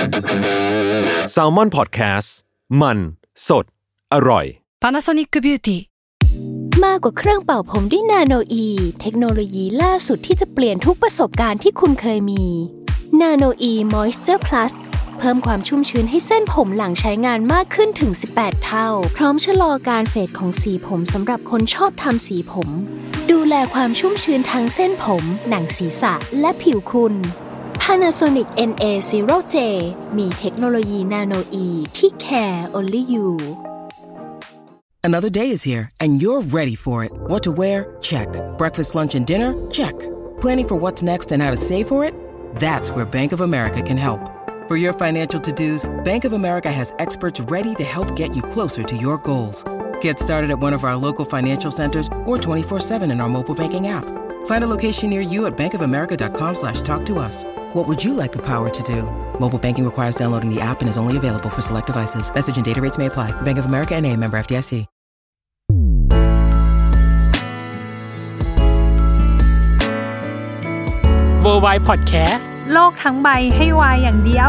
Salmon Podcast มันสดอร่อย Panasonic Beauty มากกว่าเครื่องเป่าผมด้วยนาโนอีเทคโนโลยีล่าสุดที่จะเปลี่ยนทุกประสบการณ์ที่คุณเคยมีนาโนอีมอยส์เจอร์พลัสเพิ่มความชุ่มชื้นให้เส้นผมหลังใช้งานมากขึ้นถึง18เท่าพร้อมชะลอการเฟดของสีผมสำหรับคนชอบทำสีผมดูแลความชุ่มชื้นทั้งเส้นผมหนังศีรษะและผิวคุณ Panasonic NA0J มีเทคโนโลยีนาโนอีที่ care only you Another day is here, and you're ready for it. What to wear? Check. Breakfast, lunch, and dinner? Check. Planning for what's next and how to save for it? That's where Bank of America can help. For your financial to-dos, Bank of America has experts ready to help get you closer to your goals. Get started at one of our local financial centers or 24/7 in our mobile banking app. Find a location near you at bankofamerica.com/talktous. What would you like the power to do? Mobile banking requires downloading the app and is only available for select devices. Message and data rates may apply. Bank of America NA, member FDIC. Worldwide Podcast โลกทั้งใบให้วายอย่างเดียว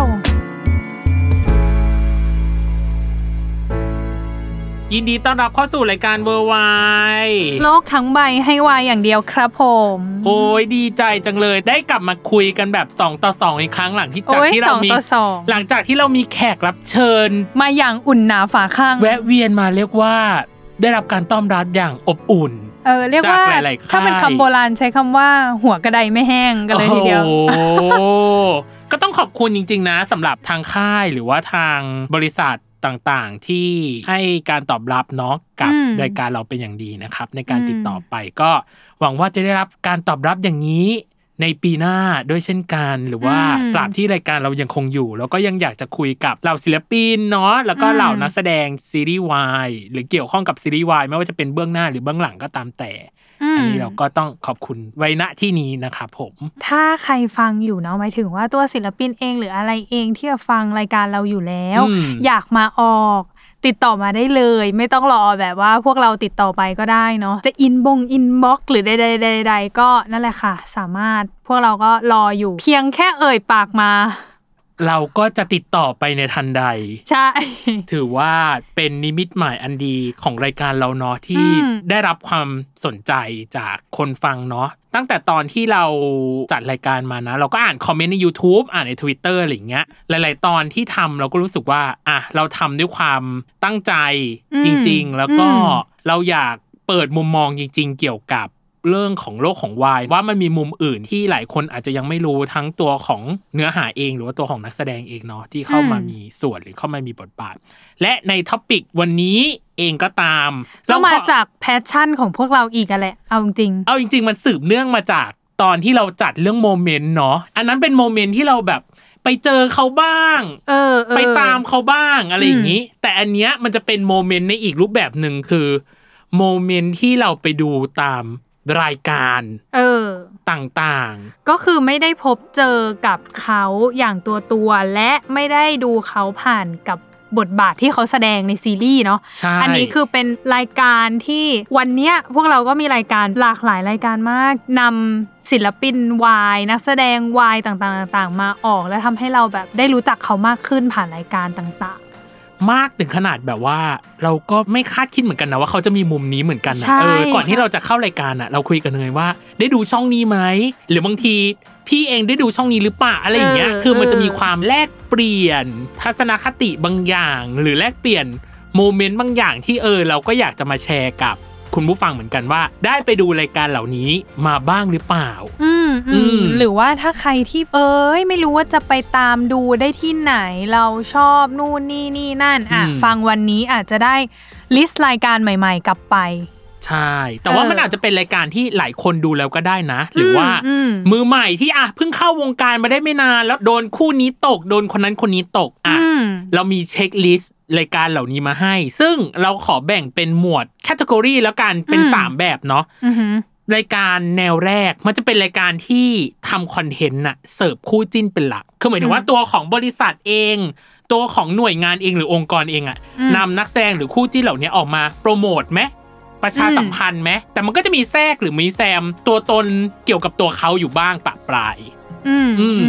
ยินดีต้อนรับเข้าสู่รายการ Worldwide โลกทั้งใบให้วายอย่างเดียวครับผมโอ้ยดีใจจังเลยได้กลับมาคุยกันแบบ2ต่อ2อีกครั้งหลังที่เรามีหลังจากที่เรามีแขกรับเชิญมาอย่างอุ่นหนาฝาข้างแวะเวียนมาเรียกว่าได้รับการต้อนรับอย่างอบอุ่นเรียกว่าถ้าเป็นคำโบราณใช้คำว่าหัวกระไดไม่แห้งกันเลยทีเดียวก็ต้องขอบคุณจริงๆนะสำหรับทางค่ายหรือว่าทางบริษัทต่างๆที่ให้การตอบรับเนาะกับรายการเราเป็นอย่างดีนะครับในการติดต่อไปก็หวังว่าจะได้รับการตอบรับอย่างนี้ในปีหน้าด้วยเช่นกันหรือว่าตราบที่รายการเรายังคงอยู่แล้วก็ยังอยากจะคุยกับเหล่าศิลปินเนาะแล้วก็เหล่านักแสดงซีรีส์วายหรือเกี่ยวข้องกับซีรีส์วายไม่ว่าจะเป็นเบื้องหน้าหรือเบื้องหลังก็ตามแต่อันนี้เราก็ต้องขอบคุณไว้ณที่นี้นะครับผมถ้าใครฟังอยู่เนาะหมายถึงว่าตัวศิลปินเองหรืออะไรเองที่ฟังรายการเราอยู่แล้วอยากมาออกติดต่อมาได้เลยไม่ต้องรอแบบว่าพวกเราติดต่อไปก็ได้เนาะจะอินบ็อกซ์หรือใดๆๆก็นั่นแหละค่ะสามารถพวกเราก็รออยู่เพียงแค่เอ่ยปากมาเราก็จะติดต่อไปในทันใดใช่ถือว่าเป็นนิมิตหมายอันดีของรายการเราเนาะที่ได้รับความสนใจจากคนฟังเนาะตั้งแต่ตอนที่เราจัดรายการมานะเราก็อ่านคอมเมนต์ใน YouTube อ่านใน Twitter อะไรอย่างเงี้ยหลายๆตอนที่ทำเราก็รู้สึกว่าเราทำด้วยความตั้งใจจริงๆแล้วก็เราอยากเปิดมุมมองจริงๆเกี่ยวกับเรื่องของโลกของวายว่ามันมีมุมอื่นที่หลายคนอาจจะยังไม่รู้ทั้งตัวของเนื้อหาเองหรือว่าตัวของนักแสดงเองเนาะที่เข้ามามีส่วนหรือเข้ามามีบทบาทและในท็อปิกวันนี้เองก็ตามแล้วมาจากแพชชั่นของพวกเราอีกแหละเอาจริงมันสืบเนื่องมาจากตอนที่เราจัดเรื่องโมเมนต์เนาะอันนั้นเป็นโมเมนต์ที่เราแบบไปเจอเขาบ้างไปตามเขาบ้างอะไรอย่างนี้แต่อันเนี้ยมันจะเป็นโมเมนต์ในอีกรูปแบบนึงคือโมเมนต์ที่เราไปดูตามรายการต่างๆก็คือไม่ได้พบเจอกับเขาอย่างตัวและไม่ได้ดูเขาผ่านกับบทบาทที่เขาแสดงในซีรีส์เนาะอันนี้คือเป็นรายการที่วันเนี้ยพวกเราก็มีรายการหลากหลายรายการมากนำศิลปินวายนักแสดงวายต่างๆมาออกและทำให้เราแบบได้รู้จักเขามากขึ้นผ่านรายการต่างๆมากถึงขนาดแบบว่าเราก็ไม่คาดคิดเหมือนกันนะว่าเขาจะมีมุมนี้เหมือนกันนะก่อนที่เราจะเข้ารายการเราคุยกันเลยว่าได้ดูช่องนี้ไหมหรือบางทีพี่เองได้ดูช่องนี้หรือเปล่าอะไรอย่างเงี้ยคือมันจะมีความแลกเปลี่ยนทัศนคติบางอย่างหรือแลกเปลี่ยนโมเมนต์บางอย่างที่เราก็อยากจะมาแชร์กับคุณผู้ฟังเหมือนกันว่าได้ไปดูรายการเหล่านี้มาบ้างหรือเปล่าหรือว่าถ้าใครที่ไม่รู้ว่าจะไปตามดูได้ที่ไหนเราชอบนู่นนี่นั่นฟังวันนี้อาจจะได้ลิสต์รายการใหม่ๆกลับไปใช่แต่ว่ามันอาจจะเป็นรายการที่หลายคนดูแล้วก็ได้นะหรือว่ามือใหม่ที่เพิ่งเข้าวงการมาได้ไม่นานแล้วโดนคู่นี้ตกโดนคนนั้นคนนี้ตกเรามีเช็คลิสต์รายการเหล่านี้มาให้ซึ่งเราขอแบ่งเป็นหมวดแคตตากรีแล้วกันเป็น3แบบเนาะรายการแนวแรกมันจะเป็นรายการที่ทำคอนเทนต์เสิร์ฟคู่จิ้นเป็นหลักคือหมายถึงว่าตัวของบริษัทเองตัวของหน่วยงานเองหรือองค์กรเองนำนักแสดงหรือคู่จิ้นเหล่านี้ออกมาโปรโมทไหมประชาสัมพันธ์ไหมแต่มันก็จะมีแทรกหรือมีแซมตัวตนเกี่ยวกับตัวเขาอยู่บ้างปะปลาย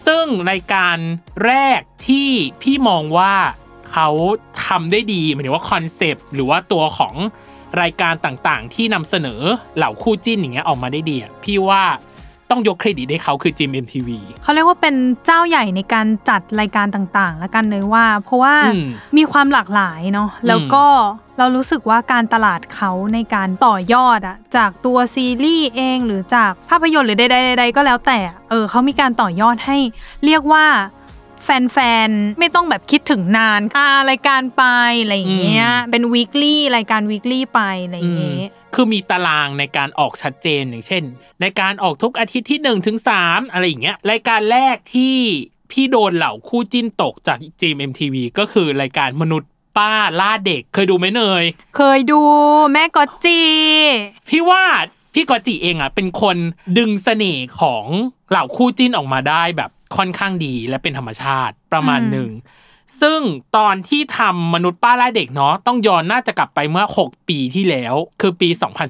ซึ่งรายการแรกที่พี่มองว่าเขาทำได้ดีหมายถึงว่าคอนเซปต์หรือว่าตัวของรายการต่างๆที่นำเสนอเหล่าคู่จิ้นอย่างเงี้ยออกมาได้ดีพี่ว่าต้องยกเครดิตให้เขาคือจิม MTV เขาเรียกว่าเป็นเจ้าใหญ่ในการจัดรายการต่างๆแล้วกันเลยว่าเพราะว่ามีความหลากหลายเนาะแล้วก็เรารู้สึกว่าการตลาดเขาในการต่อยอดอะจากตัวซีรีส์เองหรือจากภาพยนตร์หรือใดๆก็แล้วแต่เขามีการต่อยอดให้เรียกว่าแฟนๆไม่ต้องแบบคิดถึงนานรายการไปอะไรอย่างเงี้ยเป็น weekly รายการ weekly ไปอะไรอย่างเงี้ยคือมีตารางในการออกชัดเจนอย่างเช่นในการออกทุกอาทิตย์ที่ 1-3 อะไรอย่างเงี้ยรายการแรกที่พี่โดนเหล่าคู่จิ้นตกจากจีม MTV ก็คือรายการมนุษย์ป้าล่าเด็กเคยดูไหมเนยเคยดูแม่กอจีพี่ว่าพี่กอจีเองอ่ะเป็นคนดึงเสน่ห์ของเหล่าคู่จิ้นออกมาได้แบบค่อนข้างดีและเป็นธรรมชาติประมาณนึงซึ่งตอนที่ทำมนุษย์ป้าล่าเด็กเนาะต้องย้อนน่าจะกลับไปเมื่อ6ปีที่แล้วคือปี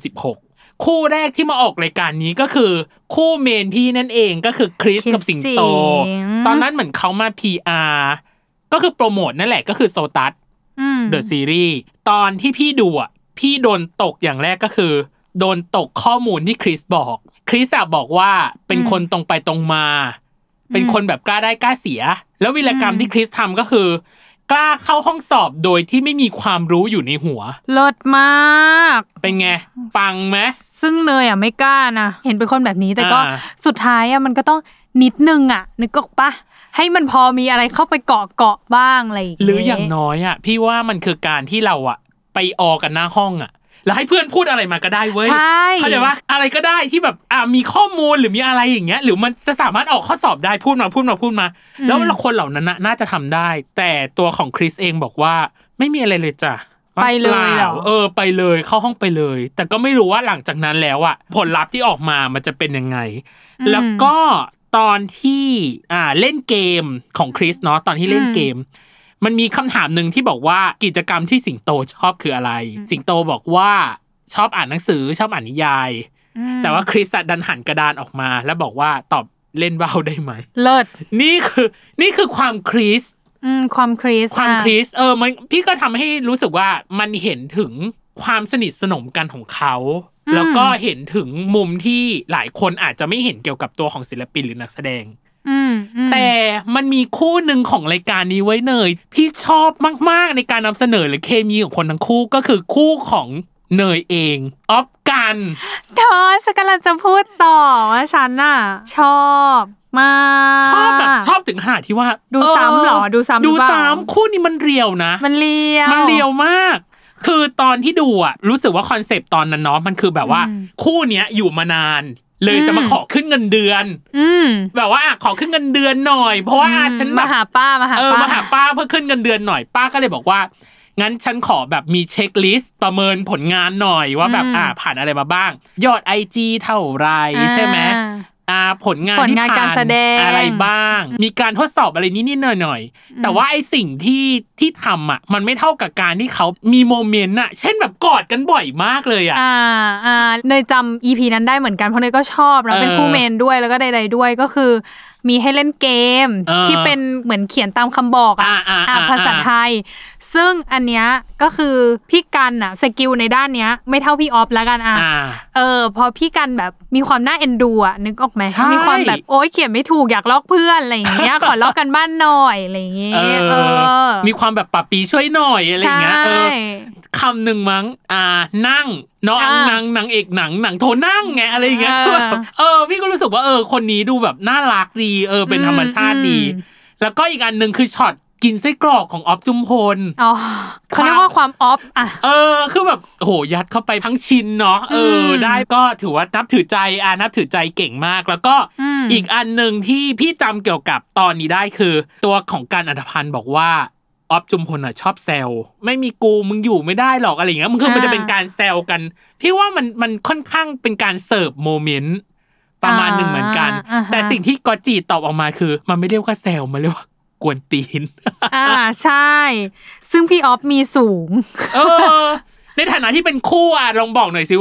2016คู่แรกที่มาออกรายการนี้ก็คือคู่เมนพี่นั่นเองก็คือคริสกับสิงโตตอนนั้นเหมือนเขามา PR ก็คือโปรโมทนั่นแหละก็คือโซตัสเดอะซีรีส์ตอนที่พี่ดูอ่ะพี่โดนตกอย่างแรกก็คือโดนตกข้อมูลที่คริสบอกว่าเป็นคนตรงไปตรงมาเป็นคนแบบกล้าได้กล้าเสียแล้ววีรกรรมที่คริสทำก็คือกล้าเข้าห้องสอบโดยที่ไม่มีความรู้อยู่ในหัวเลิศมากเป็นไงปังไหมซึ่งเนยไม่กล้านะเห็นเป็นคนแบบนี้แต่ก็สุดท้ายมันก็ต้องนิดนึงนึกออกปะให้มันพอมีอะไรเข้าไปเกาะบ้างอะไรอย่างเงี้ยหรืออย่างน้อยพี่ว่ามันคือการที่เราไปออกันหน้าห้องแล้วให้เพื่อนพูดอะไรมาก็ได้เว้ยเข้าใจว่าอะไรก็ได้ที่แบบมีข้อมูลหรือมีอะไรอย่างเงี้ยหรือมันจะสามารถออกข้อสอบได้พูดมาแล้วคนเหล่านั้นน่าจะทำได้แต่ตัวของคริสเองบอกว่าไม่มีอะไรเลยจ้ะไปเลยเหรอไปเลยเข้าห้องไปเลยแต่ก็ไม่รู้ว่าหลังจากนั้นแล้วผลลัพธ์ที่ออกมามันจะเป็นยังไงแล้วก็ตอนที่เล่นเกมของคริสเนาะตอนที่เล่นเกมมันมีคำถามหนึ่งที่บอกว่ากิจกรรมที่สิงโตชอบคืออะไรสิงโตบอกว่าชอบอ่านหนังสือชอบอ่านนิยายแต่ว่าคริสดันหันกระดานออกมาแล้วบอกว่าตอบเล่นว่าวได้ไหมเลิศนี่คือความคริสความคริสมันพี่ก็ทำให้รู้สึกว่ามันเห็นถึงความสนิทสนมกันของเขาแล้วก็เห็นถึงมุมที่หลายคนอาจจะไม่เห็นเกี่ยวกับตัวของศิลปินหรือนักแสดงแต่มันมีคู่หนึ่งของรายการนี้ไว้เนยพี่ชอบมากๆในการนำเสนอหรือเคมีของคนทั้งคู่ก็คือคู่ของเนยเองออฟกันฉันกำลังจะพูดต่อว่าฉันชอบมากชอบถึงขนาดที่ว่าดูซ้ำหรอดูซ้ำคู่นี้มันเรียวนะมันเรียวมากคือตอนที่ดูรู้สึกว่าคอนเซปต์ตอนนั้นเนาะมันคือแบบว่าคู่เนี้ยอยู่มานานเลยจะมาขอขึ้นเงินเดือนแบบว่าขอขึ้นเงินเดือนหน่อยเพราะว่าฉันมาหาป้ามาหาป้าเพื่อขึ้นเงินเดือนหน่อยป้าก็เลยบอกว่างั้นฉันขอแบบมีเช็คลิสต์ประเมินผลงานหน่อยว่าแบบผ่านอะไรมาบ้างยอด IG เท่าไรใช่ไหมผลงานที่ผ่านอะไรบ้างมีการทดสอบอะไรนิดๆหน่อยๆแต่ว่าไอ้สิ่งที่ทำมันไม่เท่ากับการที่เขามีโมเมนต์เช่นแบบกอดกันบ่อยมากเลยเนยจำ EP นั้นได้เหมือนกันเพราะเนยก็ชอบแล้วเป็นคู่เมนด้วยแล้วก็ใดๆด้วยก็คือมีให้เล่นเกมที่เป็นเหมือนเขียนตามคำบอกภาษาไทยซึ่งอันเนี้ยก็คือพี่กันสกิลในด้านเนี้ยไม่เท่าพี่ออฟแล้วกันพอพี่กันแบบมีความน่าเอ็นดูนึกออกไหมมีความแบบโอ๊ยเขียนไม่ถูกอยากลอกเพื่อนอะไรอย่างเงี้ยขอลอกกันบ้านหน่อยอะไรอย่างเงี้ยมีความแบบปะปีช่วยหน่อยอะไรอย่างเงี้ยคำหนึ่งมั้งนั่งน้องนางเอกหนังโทนั่งไงอะไรอย่างเงี้ยพี่ก็รู้สึกว่าคนนี้ดูแบบน่ารักดีเป็นธรรมชาติดีแล้วก็อีกอันนึงคือช็อตกินไส้กรอกของออฟจุมพลเขาเรียกว่าความออฟคือแบบโหยัดเข้าไปทั้งชิ้นเนาะได้ก็ถือว่านับถือใจเก่งมากแล้วก็อีกอันนึงที่พี่จำเกี่ยวกับตอนนี้ได้คือตัวของการอัธพันธ์บอกว่าออฟจุมพลชอบแซวไม่มีกูมึงอยู่ไม่ได้หรอกอะไรอย่างเงี้ยมันจะเป็นการแซวกันพี่ว่ามันค่อนข้างเป็นการเสิร์ฟโมเมนต์ประมาณนึงเหมือนกันแต่สิ่งที่กอจีตอบออกมาคือมันไม่เรียกว่าแซวมันเรียกว่ากวนตีนใช่ซึ่งพี่ออฟมีสูงในฐานะที่เป็นคู่ลองบอกหน่อยสิว่า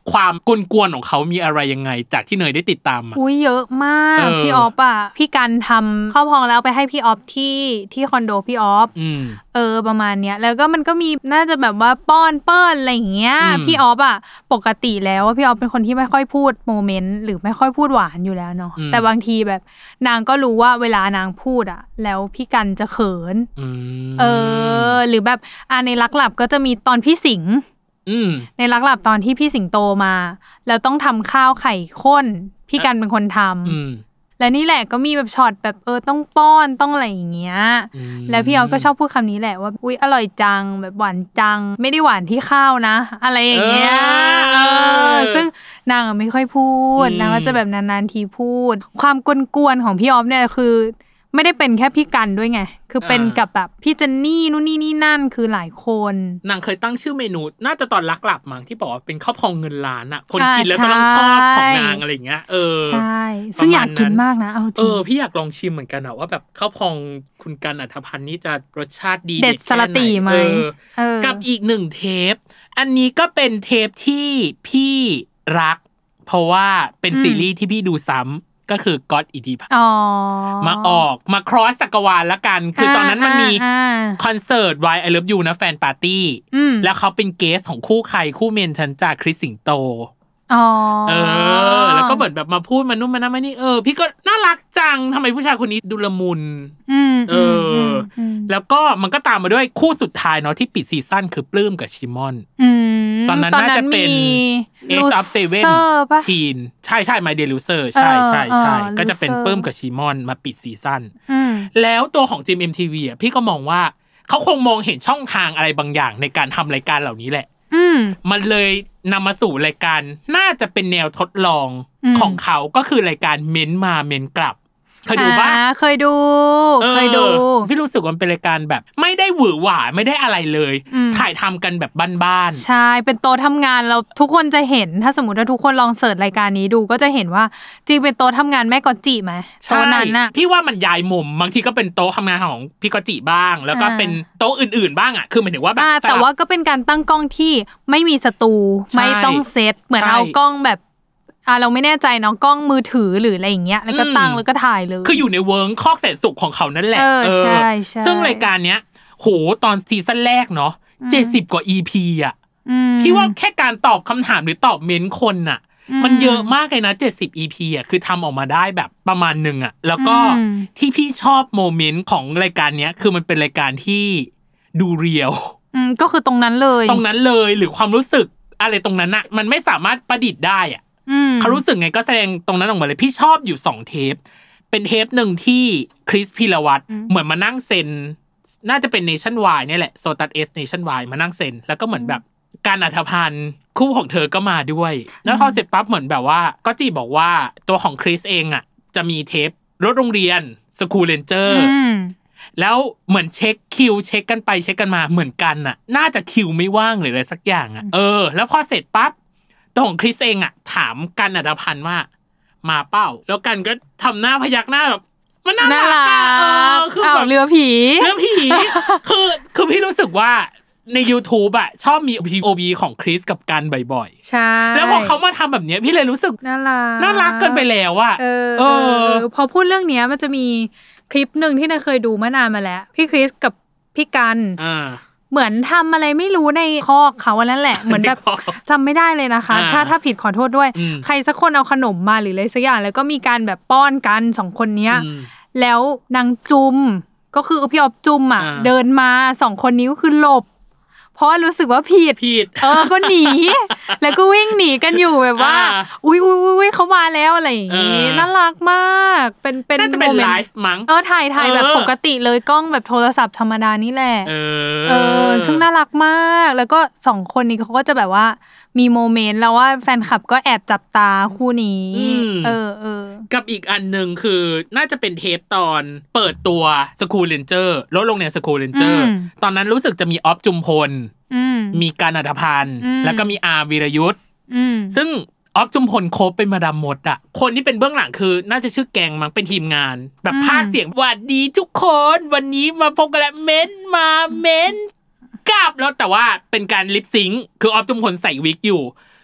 ความกวนๆของเขามีอะไรยังไงจากที่เนยได้ติดตามมาอุ้ยเยอะมากพี่ออฟอ่ะพี่กันทำข้าวพองแล้วไปให้พี่ออฟที่คอนโดพี่ออฟประมาณเนี้ยแล้วก็มันก็มีน่าจะแบบว่าป้อนเปิ้ลอะไรอย่างเงี้ยพี่ออฟอ่ะปกติแล้วพี่ออฟเป็นคนที่ไม่ค่อยพูดโมเมนต์หรือไม่ค่อยพูดหวานอยู่แล้วเนาะแต่บางทีแบบนางก็รู้ว่าเวลานางพูดอ่ะแล้วพี่กันจะเขินหรือแบบในรักหลับก็จะมีตอนพี่สิงห์ในรักหลับตอนที่พี่สิงโตมาแล้วต้องทำข้าวไข่ข้นพี่กันเป็นคนทำและนี่แหละก็มีแบบช็อตแบบต้องป้อนต้องอะไรอย่างเงี้ยแล้วพี่ออฟก็ชอบพูดคำนี้แหละว่าอุ๊ยอร่อยจังแบบหวานจังไม่ได้หวานที่ข้าวนะอะไรอย่างเงี้ยซึ่งนางไม่ค่อยพูดนางก็จะแบบนานๆทีพูดความกวนๆของพี่ออฟเนี่ยคือไม่ได้เป็นแค่พี่กันด้วยไงคือเป็นกับแบบพี่เจนนี่นู่นนี่นั่นคือหลายคนนางเคยตั้งชื่อเมนูน่าจะตอนรักหลับมั้งที่บอกว่าเป็นข้าวพองเงินล้านอ่ะคนกินแล้วต้องชอบของนางอะไรอย่างเงี้ยใช่ซึ่งอยากกินมากนะเอาจริงพี่อยากลองชิมเหมือนกันอะว่าแบบข้าวพองคุณกันอัธพันธ์นี่จะรสชาติดีเด็ดสลัดตีไหมกับอีก1เทปอันนี้ก็เป็นเทปที่พี่รักเพราะว่าเป็นซีรีส์ที่พี่ดูซ้ำก็คือ God อิทธิพันธ์มาออกมาครอสจักรวาลละกันคือตอนนั้นมันมีคอนเสิร์ต Why I Love You นะแฟนปาร์ตี้แล้วเขาเป็นเกสของคู่ใครคู่เมนฉันจากคริสสิงโตแล้วก็เหมือนแบบมาพูดมานุ่มมานั่นมานี่พี่ก็น่ารักจังทำไมผู้ชายคนนี้ดูละมุนแล้วก็มันก็ตามมาด้วยคู่สุดท้ายเนาะที่ปิดซีซั่นคือปลื้มกับชิมอนตอนนั้นน่าจะเป็น Ace of Seven Teen ใช่ My Dear Loser ใช่ก็จะเป็นปลื้มกับชิมอนมาปิดซีซั่นแล้วตัวของ GMMTV อ่ะพี่ก็มองว่าเขาคงมองเห็นช่องทางอะไรบางอย่างในการทำรายการเหล่านี้แหละมันเลยนำมาสู่รายการน่าจะเป็นแนวทดลองของเขาก็คือรายการเม้นมาเม้นกลับเคยดูป่ะเคยดูพี่รู้สึกว่ามันเป็นรายการแบบไม่ได้หวือหวาไม่ได้อะไรเลยถ่ายทำกันแบบบ้านๆใช่เป็นโต๊ะทำงานเราทุกคนจะเห็นถ้าสมมติว่าทุกคนลองเสิร์ชรายการนี้ดูก็จะเห็นว่าจริงเป็นโต๊ะทำงานแม่กอจิไหมใช่พี่ว่ามันย้ายมุมบางทีก็เป็นโต๊ะทำงานของพี่กอจิบ้างแล้วก็เป็นโต๊ะอื่นๆบ้างอ่ะคือหมายถึงว่าแบบแต่ว่าก็เป็นการตั้งกล้องที่ไม่มีสตูไม่ต้องเซตเหมือนเอากล้องแบบเราไม่แน่ใจเนาะกล้องมือถือหรืออะไรอย่างเงี้ยแล้วก็ตั้งแล้วก็ถ่ายเลยคืออยู่ในเวิร์กคอกแสนสุขของเขานั่นแหละใช่ซึ่งรายการเนี้ยโหตอนซีซั่นแรกเนาะ70กว่า EP อ่ะพี่ว่าแค่การตอบคำถามหรือตอบเม้นคนน่ะมันเยอะมากเลยนะ70 EP อ่ะคือทำออกมาได้แบบประมาณนึงอ่ะแล้วก็ที่พี่ชอบโมเมนต์ของรายการเนี้ยคือมันเป็นรายการที่ดูเรียลก็คือตรงนั้นเลยหรือความรู้สึกอะไรตรงนั้นน่ะมันไม่สามารถประดิษฐ์ได้อ่ะเขารู้สึกไงก็แสดงตรงนั้นออกมาเลยพี่ชอบอยู่2เทปเป็นเทปนึงที่คริสพีรวัตรเหมือนมานั่งเซ็นน่าจะเป็น Nationwide นี่แหละโซตัสเอส Nationwide มานั่งเซ็นแล้วก็เหมือนแบบการอัธพันธ์คู่ของเธอก็มาด้วยแล้วพอเสร็จปั๊บเหมือนแบบว่าก็จีบอกว่าตัวของคริสเองอ่ะจะมีเทปรถโรงเรียน School Ranger แล้วเหมือนเช็คคิวเช็คกันไปเช็คกันมาเหมือนกันน่ะน่าจะคิวไม่ว่างหรืออะไรสักอย่างอ่ะแล้วพอเสร็จปั๊บตัวของคริสเองอ่ะถามกันอัธพันธ์ว่ามาเป้าแล้วกันก็ทำหน้าพยักหน้าแบบมันน่ารักคือแบบเรือผีคือพี่รู้สึกว่าใน YouTube อ่ะชอบมี POV ของคริสกับกันบ่อยๆใช่แล้วพอเขามาทำแบบนี้พี่เลยรู้สึกน่ารักเกินไปแล้วอ่ะพอพูดเรื่องนี้มันจะมีคลิปนึงที่นายเคยดูเมื่อนานมาแล้วพี่คริสกับพี่กันเหมือนทำอะไรไม่รู้ในคอกเขานั่นแหละเหมือนแบบจำไม่ได้เลยนะคะถ้าผิดขอโทษด้วยใครสักคนเอาขนมมาหรืออะไรสักอย่างแล้วก็มีการแบบป้อนกัน2คนเนี้ยแล้วนางจุมก็คือพี่ออฟจุมอ่ะเดินมา2คนนี้ก็คือหลบเพราะรู้สึกว่าผิดก็หนีแล้วก็วิ่งหนีกันอยู่แบบว่าอุ้ยเขามาแล้วอะไรอย่างงี้น่ารักมากเป็นน่าจะเป็นไลฟ์มั้งถ่ายแบบปกติเลยกล้องแบบโทรศัพท์ธรรมดานี่แหละซึ่งน่ารักมากแล้วก็2คนนี้เขาก็จะแบบว่ามีโมเมนต์แล้วว่าแฟนคลับก็แอบจับตาคู่นี้กับอีกอันนึงคือน่าจะเป็นเทปตอนเปิดตัว School Ranger รถโรงเรียน School Ranger ตอนนั้นรู้สึกจะมีออฟจุมพลมีการอัธพันธ์แล้วก็มีอาร์วีรยุทธซึ่งออฟจุมพลโคบเป็นมาดามมดอ่ะคนที่เป็นเบื้องหลังคือน่าจะชื่อแกงมั้งเป็นทีมงานแบบพากย์เสียงหวัดดีทุกคนวันนี้มาพบกันแล้วเม้นกลับแล้วแต่ว่าเป็นการลิปซิงค์คือออฟจุมพลใส่วิกอยู่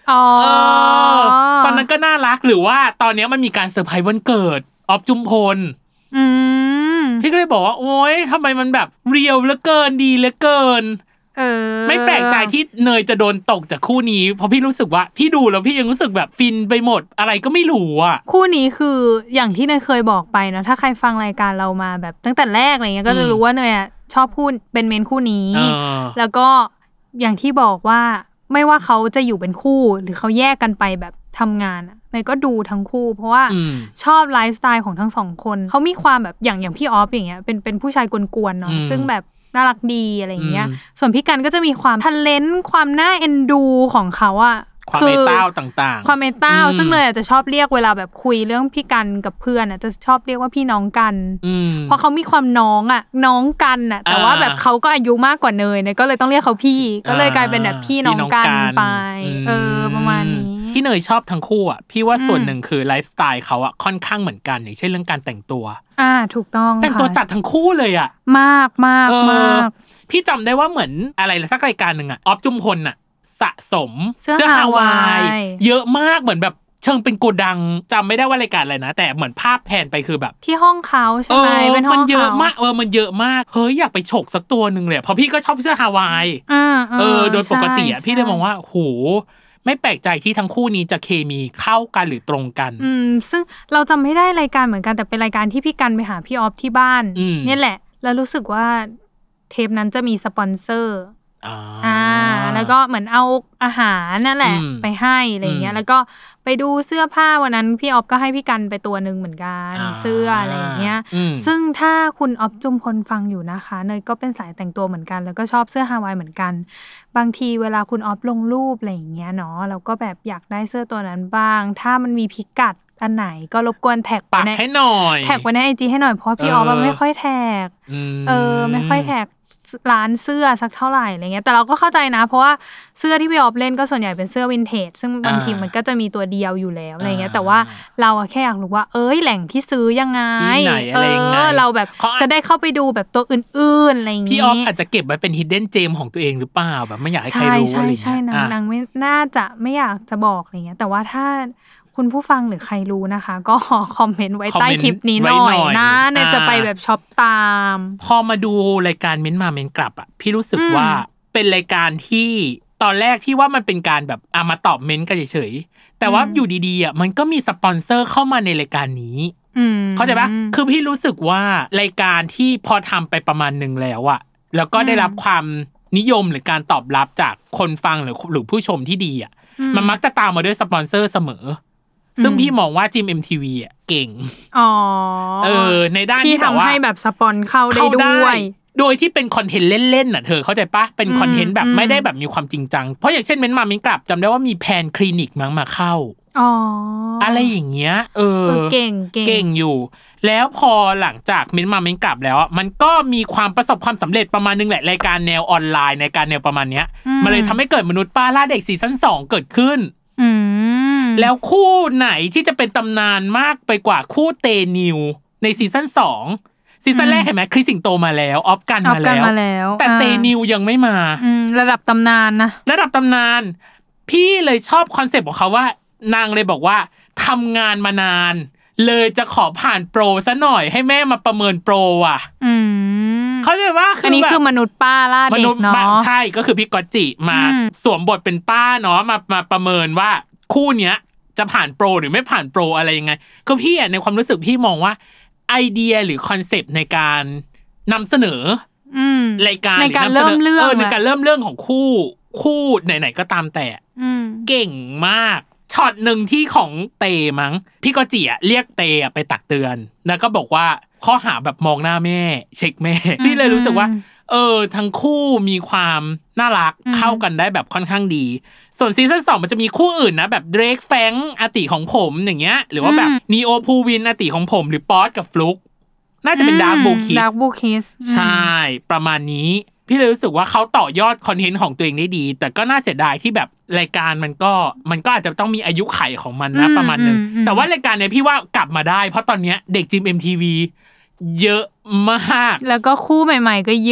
ตอนนั้นก็น่ารักหรือว่าตอนนี้มันมีการเซอร์ไพรส์วันเกิดออฟจุมพลพี่ก็เลยบอกว่าโอ๊ยทำไมมันแบบเรียลเหลือเกินดีเหลือเกินไม่แปลกใจที่เนยจะโดนตกจากคู่นี้เพราะพี่รู้สึกว่าพี่ดูแล้วพี่ยังรู้สึกแบบฟินไปหมดอะไรก็ไม่รู้อ่ะคู่นี้คืออย่างที่เนยเคยบอกไปนะถ้าใครฟังรายการเรามาแบบตั้งแต่แรกอะไรเงี้ยก็จะรู้ว่าเนยอ่ะชอบพูดเป็นเมนคู่นี้แล้วก็อย่างที่บอกว่าไม่ว่าเขาจะอยู่เป็นคู่หรือเขาแยกกันไปแบบทำงานอ่ะเนยก็ดูทั้งคู่เพราะว่าชอบไลฟ์สไตล์ของทั้งสองคนเขามีความแบบอย่างพี่ออฟอย่างเงี้ยเป็นผู้ชายกวนๆเนาะซึ่งแบบน่ารักดีอะไรอย่างเงี้ยส่วนพี่กันก็จะมีความทัเลนต์ความน่าเอ็นดูของเขาอะความเมตาต่างๆความเมตาซึ่งเลยอาจจะชอบเรียกเวลาแบบคุยเรื่องพี่กันกับเพื่อนอะจะชอบเรียกว่าพี่น้องกันเพราะเขามีความน้องกันอะแต่ว่าแบบเขาก็อายุมากกว่าเนยเนี่ยก็เลยต้องเรียกเขาพี่ก็เลยกลายเป็นแบบพี่น้องกันไปประมาณนี้ที่เนยชอบทั้งคู่อ่ะพี่ว่าส่วนหนึ่งคือไลฟ์สไตล์เขาอ่ะค่อนข้างเหมือนกันอย่างเช่นเรื่องการแต่งตัวถูกต้องแต่งตัวจัดทั้งคู่เลยอ่ะมากพี่จำได้ว่าเหมือนอะไรสักรายการนึงอ่ะออฟจุมพลอ่ะสะสมเสื้อฮาวายเยอะมากเหมือนแบบเชิงเป็นโกดังจำไม่ได้ว่ารายการอะไรนะแต่เหมือนภาพแผนไปคือแบบที่ห้องเขาใช่ไหมเป็นห้องมันเยอะมากมันเยอะมากเฮ้ยอยากไปฉกสักตัวนึงเลยเพราะพี่ก็ชอบเสื้อฮาวายโดยปกติอ่ะพี่เลยมองว่าโหไม่แปลกใจที่ทั้งคู่นี้จะเคมีเข้ากันหรือตรงกันซึ่งเราจำไม่ได้รายการเหมือนกันแต่เป็นรายการที่พี่กันไปหาพี่ออฟที่บ้านนี่แหละแล้วรู้สึกว่าเทปนั้นจะมีสปอนเซอร์แล้วก็เหมือนเอาอาหารนั่นแหละไปให้อะไรเงี้ยแล้วก็ไปดูเสื้อผ้าวันนั้นพี่ออฟก็ให้พี่กันไปตัวนึงเหมือนกันเสื้ออะไรเงี้ยซึ่งถ้าคุณออฟจุมพลฟังอยู่นะคะเนยก็เป็นสายแต่งตัวเหมือนกันแล้วก็ชอบเสื้อฮาวายเหมือนกันบางทีเวลาคุณออฟลงรูปอะไรอย่างเงี้ยเนาะเราก็แบบอยากได้เสื้อตัวนั้นบ้างถ้ามันมีพิกัดอันไหนก็รบกวนแท็กปักให้หน่อยแท็กไว้ใน IG ให้หน่อยเพราะพี่ออฟไม่ค่อยแท็กไม่ค่อยแท็กร้านเสื้อสักเท่าไหร่อะไรเงี้ยแต่เราก็เข้าใจนะเพราะว่าเสื้อที่พี่ออฟเล่นก็ส่วนใหญ่เป็นเสื้อวินเทจซึ่งบางทีมันก็จะมีตัวเดียวอยู่แล้วอะไรเงี้ยแต่ว่าเราแค่อยากรู้ว่าแหล่งที่ซื้อยังไงเราแบบจะได้เข้าไปดูแบบตัวอื่นๆอะไรอย่างงี้พี่ออฟอาจจะเก็บไว้เป็น hidden gem ของตัวเองหรือเปล่าแบบไม่อยากให้ใครรู้อะไรเงี้ยใช่นางไม่น่าจะไม่อยากจะบอกอะไรเงี้ยแต่ว่าถ้าคุณผู้ฟังหรือใครรู้นะคะก็คอมเมนต์ไว้ใต้คลิปนี้หน่อยนะเนี่ยจะไปแบบช็อปตามพอมาดูรายการเม้นมาเม้นกลับอ่ะพี่รู้สึกว่าเป็นรายการที่ตอนแรกพี่ว่ามันเป็นการแบบมาตอบเม้นกันเฉยๆแต่ว่าอยู่ดีๆอ่ะมันก็มีสปอนเซอร์เข้ามาในรายการนี้เข้าใจปะคือพี่รู้สึกว่ารายการที่พอทำไปประมาณนึงแล้วอ่ะแล้วก็ได้รับความนิยมหรือการตอบรับจากคนฟังหรือผู้ชมที่ดีอ่ะมันมักจะตามมาด้วยสปอนเซอร์เสมอซึ่งพี่มองว่าจิม MTV อ่ะเก่งในด้านที่แบบว่าให้แบบสปอนเข้าได้ด้วยโดยที่เป็นคอนเทนต์เล่นๆน่ะเธอเข้าใจปะเป็นคอนเทนต์แบบไม่ได้แบบมีความจริงจังเพราะอย่างเช่นเม้นมาเม้นกลับจำได้ว่ามีแพนคลินิกมั้งมาเข้าอะไรอย่างเงี้ยเก่งอยู่แล้วพอหลังจากเม้นมาเม้นกลับแล้วมันก็มีความประสบความสำเร็จประมาณนึงแหละรายการแนวออนไลน์ในการแนวประมาณเนี้ยมันเลยทำให้เกิดมนุษย์ป้าล่าเด็กซีซั่น2เกิดขึ้นแล้วคู่ไหนที่จะเป็นตำนานมากไปกว่าคู่เตนิวในซีซั่น2ซีซั่นแรกเห็นไหมคริสสิงโตมาแล้วออฟกันมาแล้วแต่เตนิวยังไม่มาระดับตำนานนะระดับตำนานพี่เลยชอบคอนเซ็ปต์ของเขาว่านางเลยบอกว่าทำงานมานานเลยจะขอผ่านโปรซะหน่อยให้แม่มาประเมินโปรอ่ะเขาใจว่าอันนี้คือมนุษย์ป้าล่าเด็กเนาะใช่ก็คือพี่กอตจิมาสวมบทเป็นป้าเนาะมาประเมินว่าคู่เนี้ยจะผ่านโปรหรือไม่ผ่านโปรอะไรยังไงคือพี่ในความรู้สึกพี่มองว่าไอเดียหรือคอนเซปต์ในการนำเสนอรายการในการเริ่มเรื่องในการเริ่มเรื่องของคู่ไหนๆก็ตามแต่เก่งมากช็อตนึงที่ของเตมั้งพี่ก็จีเรียกเตไปตักเตือนแล้วก็บอกว่าข้อหาแบบมองหน้าแม่เช็คแม่พี่เลยรู้สึกว่าทั้งคู่มีความน่ารักเข้ากันได้แบบค่อนข้างดีส่วนซีซั่น2มันจะมีคู่อื่นนะแบบเดรกแฟงอาติของผมอย่างเงี้ยหรือว่าแบบนีโอภูวินอาติของผมหรือป๊อตกับฟลุกน่าจะเป็นดาร์กบูคิสใช่ประมาณนี้พี่เลยรู้สึกว่าเขาต่อยอดคอนเทนต์ของตัวเองได้ดีแต่ก็น่าเสียดายที่แบบรายการมันก็อาจจะต้องมีอายุขัยของมันนะประมาณนึงแต่ว่ารายการเนี้ยพี่ว่ากลับมาได้เพราะตอนเนี้ยเด็กจิม MTV เยอะมากแล้วก็คู่ใหม่ๆก็เยอะ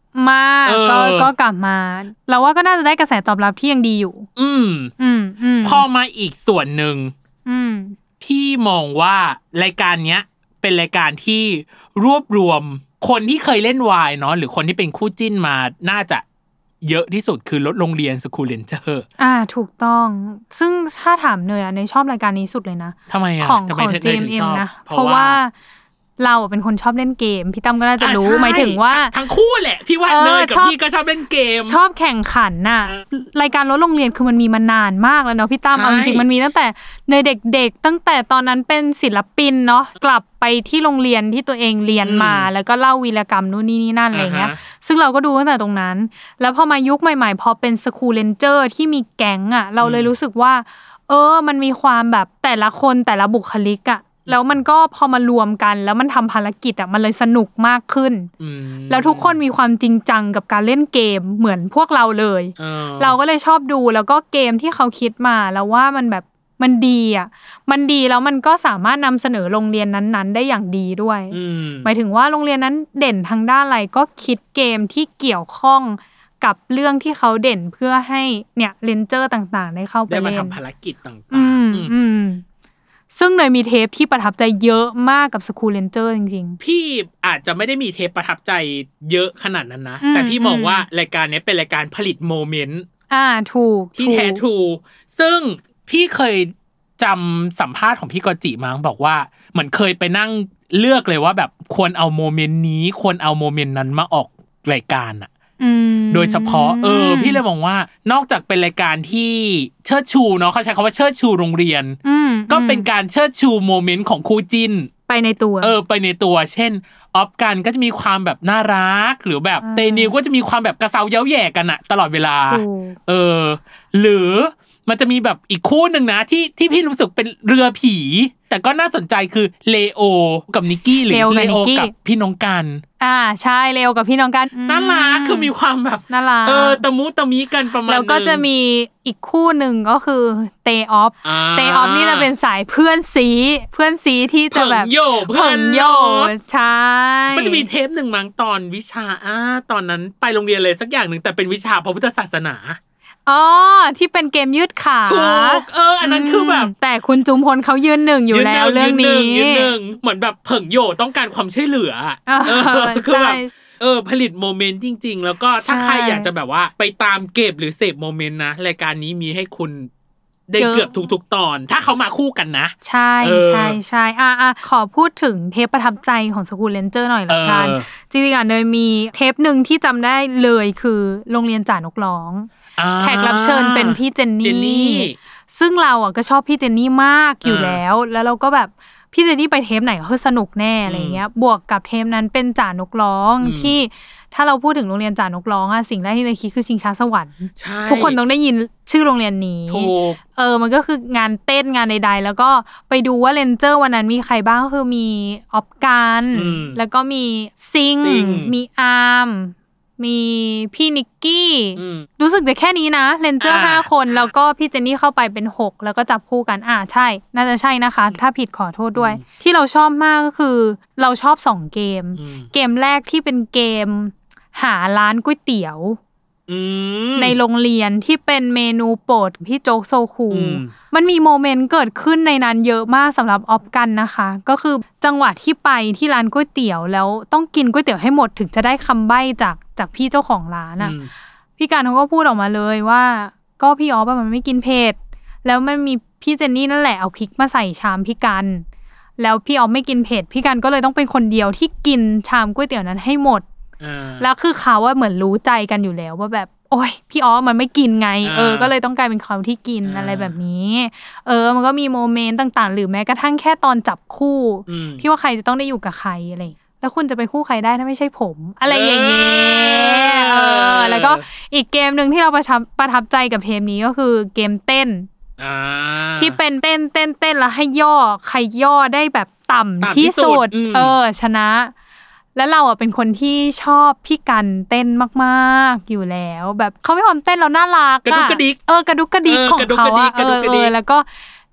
มาก็กลับมาเราว่าก็น่าจะได้กระแสตอบรับที่ยังดีอยู่พอมาอีกส่วนหนึ่งพี่มองว่ารายการเนี้ยเป็นรายการที่รวบรวมคนที่เคยเล่นวายเนาะหรือคนที่เป็นคู่จิ้นมาน่าจะเยอะที่สุดคือโรงเรียน School Ranger ถูกต้องซึ่งถ้าถามเนยในชอบรายการนี้สุดเลยนะทำไมของ JMM นะเพราะว่าเราเป็นคนชอบเล่นเกมพี่ตั้มก็น่าจะรู้หมายถึงว่าทั้งคู่แหละพี่ว่าเนยกับพี่ก็ชอบเล่นเกมชอบแข่งขันน่ะรายการรถโรงเรียนคือมันมีมานานมากแล้วเนาะพี่ตั้มเอาจริงๆมันมีตั้งแต่เนยเด็กๆตั้งแต่ตอนนั้นเป็นศิลปินเนาะกลับไปที่โรงเรียนที่ตัวเองเรียนมาแล้วก็เล่าวีรกรรมนู่นนี่นั่นอะไรเงี้ยซึ่งเราก็ดูตั้งแต่ตรงนั้นแล้วพอมายุคใหม่ๆพอเป็น School Ranger ที่มีแก๊งอ่ะเราเลยรู้สึกว่ามันมีความแบบแต่ละคนแต่ละบุคลิกอ่ะแล้วมันก็พอมารวมกันแล้วมันทำภารกิจอ่ะมันเลยสนุกมากขึ้นแล้วทุกคนมีความจริงจังกับการเล่นเกมเหมือนพวกเราเลยเราก็เลยชอบดูแล้วก็เกมที่เขาคิดมาแล้วว่ามันแบบมันดีอ่ะมันดีแล้วมันก็สามารถนำเสนอโรงเรียนนั้นๆได้อย่างดีด้วยหมายถึงว่าโรงเรียนนั้นเด่นทางด้านอะไรก็คิดเกมที่เกี่ยวข้องกับเรื่องที่เขาเด่นเพื่อให้เนี่ยเรนเจอร์ต่างๆได้เข้าไปเล่นได้มาทำภารกิจต่างๆซึ่งเลยมีเทปที่ประทับใจเยอะมากกับ School Ranger จริงๆพี่อาจจะไม่ได้มีเทปประทับใจเยอะขนาดนั้นนะแต่พี่มองว่ารายการนี้เป็นรายการผลิตโมเมนต์ถูกที่แท้ทรูซึ่งพี่เคยจำสัมภาษณ์ของพี่กอจิมั้งบอกว่าเหมือนเคยไปนั่งเลือกเลยว่าแบบควรเอาโมเมนต์นี้ควรเอาโมเมนต์นั้นมาออกรายการอ่ะโดยเฉพาะพี่เลยมองว่านอกจากเป็นรายการที่เชิดชูเนาะเขาใช้คำว่าเชิดชูโรงเรียนก็เป็นการเชิดชูโมเมนต์ของคู่จิ้นไปในตัวไปในตัวเช่นออฟกันก็จะมีความแบบน่ารักหรือแบบเตนิวก็จะมีความแบบกระเซาเย้าแย่กันอะตลอดเวลาหรือมันจะมีแบบอีกคู่หนึ่งนะที่พี่รู้สึกเป็นเรือผีแต่ก็น่าสนใจคือเลโอกับนิกกี้หรือเลโอกับพี่น้องกันใช่เลโอกับพี่น้องกันน่ารักคือมีความแบบน่ารักตะมุตะมิกันประมาณแล้วก็จะมีอีกคู่หนึ่งก็คือเตออฟนี่จะเป็นสายเพื่อนซีที่จะแบบเพื่อนโยใช่มันจะมีเทปหนึ่งมั้งตอนวิชาตอนนั้นไปโรงเรียนเลยสักอย่างนึงแต่เป็นวิชาพระพุทธศาสนาที่เป็นเกมยืดขาถูกอันนั้นคือแบบแต่คุณจุมพลเขายืนหนึ่งอยู่แล้วเรื่องนี้ยืนหนึ่งเหมือนแบบเผิ่งโยต้องการความช่วยเหลือคือแบบผลิตโมเมนต์จริงๆแล้วก็ถ้าใครอยากจะแบบว่าไปตามเก็บหรือเสพโมเมนต์นะรายการนี้มีให้คุณได้เกือบทุกๆตอนถ้าเขามาคู่กันนะใช่ขอพูดถึงเทปประทับใจของ School Ranger หน่อยละกันจริงๆเนยมีเทปนึงที่จำได้เลยคือโรงเรียนจ่านกร้องแขกรับเชิญเป็นพี่เจนนี่ซึ่งเราก็ชอบพี่เจนนี่มากอยู่แล้วเราก็แบบพี่เจนนี่ไปเทปไหนก็คือสนุกแน่อะไรเงี้ยบวกกับเทปนั้นเป็นจ่านกร้องที่ถ้าเราพูดถึงโรงเรียนจ่านกร้องสิ่งแรกที่เราคิดคือชิงช้าสวรรค์ทุกคนต้องได้ยินชื่อโรงเรียนนี้มันก็คืองานเต้นงานใดๆแล้วก็ไปดูว่าเรนเจอร์วันนั้นมีใครบ้างก็คือมีออฟกันแล้วก็มีซิงมีอาร์มมีพี่นิกกี้รู้สึกจะแค่นี้นะเรนเจอร์5คนแล้วก็พี่เจนนี่เข้าไปเป็น6แล้วก็จับคู่กันใช่น่าจะใช่นะคะถ้าผิดขอโทษด้วยที่เราชอบมากก็คือเราชอบ2เกมเกมแรกที่เป็นเกมหาร้านก๋วยเตี๋ยวในโรงเรียนที่เป็นเมนูโปรดพี่โจ๊กโซคูมันมีโมเมนต์เกิดขึ้นในนั้นเยอะมากสำหรับออฟกันนะคะก็คือจังหวะที่ไปที่ร้านก๋วยเตี๋ยวแล้วต้องกินก๋วยเตี๋ยวให้หมดถึงจะได้คำใบ้จากพี่เจ้าของร้านพี่การเขาก็พูดออกมาเลยว่าก็พี่ออฟมันไม่กินเผ็ดแล้วมันมีพี่เจนนี่นั่นแหละเอาพริกมาใส่ชามพี่กันแล้วพี่ออฟไม่กินเผ็ดพี่กันก็เลยต้องเป็นคนเดียวที่กินชามก๋วยเตี๋ยวนั้นให้หมดแล้วคือเขาเหมือนรู้ใจกันอยู่แล้วว่าแบบโอ้ยพี่อ๋อมันไม่กินไงก็เลยต้องกลายเป็นเขาที่กินอะไรแบบนี้มันก็มีโมเมนต์ต่างๆหรือแม้กระทั่งแค่ตอนจับคู่ที่ว่าใครจะต้องได้อยู่กับใครอะไรแล้วคุณจะไปคู่ใครได้ถ้าไม่ใช่ผมอะไรอย่างเงี้ยแล้วก็อีกเกมนึงที่เราประทับใจกับเทปนี้ก็คือเกมเต้นที่เป็นเต้นแล้วให้ย่อใครย่อได้แบบต่ำที่สุดชนะแล้วเราเป็นคนที่ชอบพี่กันเต้นมากๆอยู่แล้วแบบเขาไม่ความเต้นแล้วน่ารักกระดุกกระดิกกระดุกกระดิกของเขาแล้วก็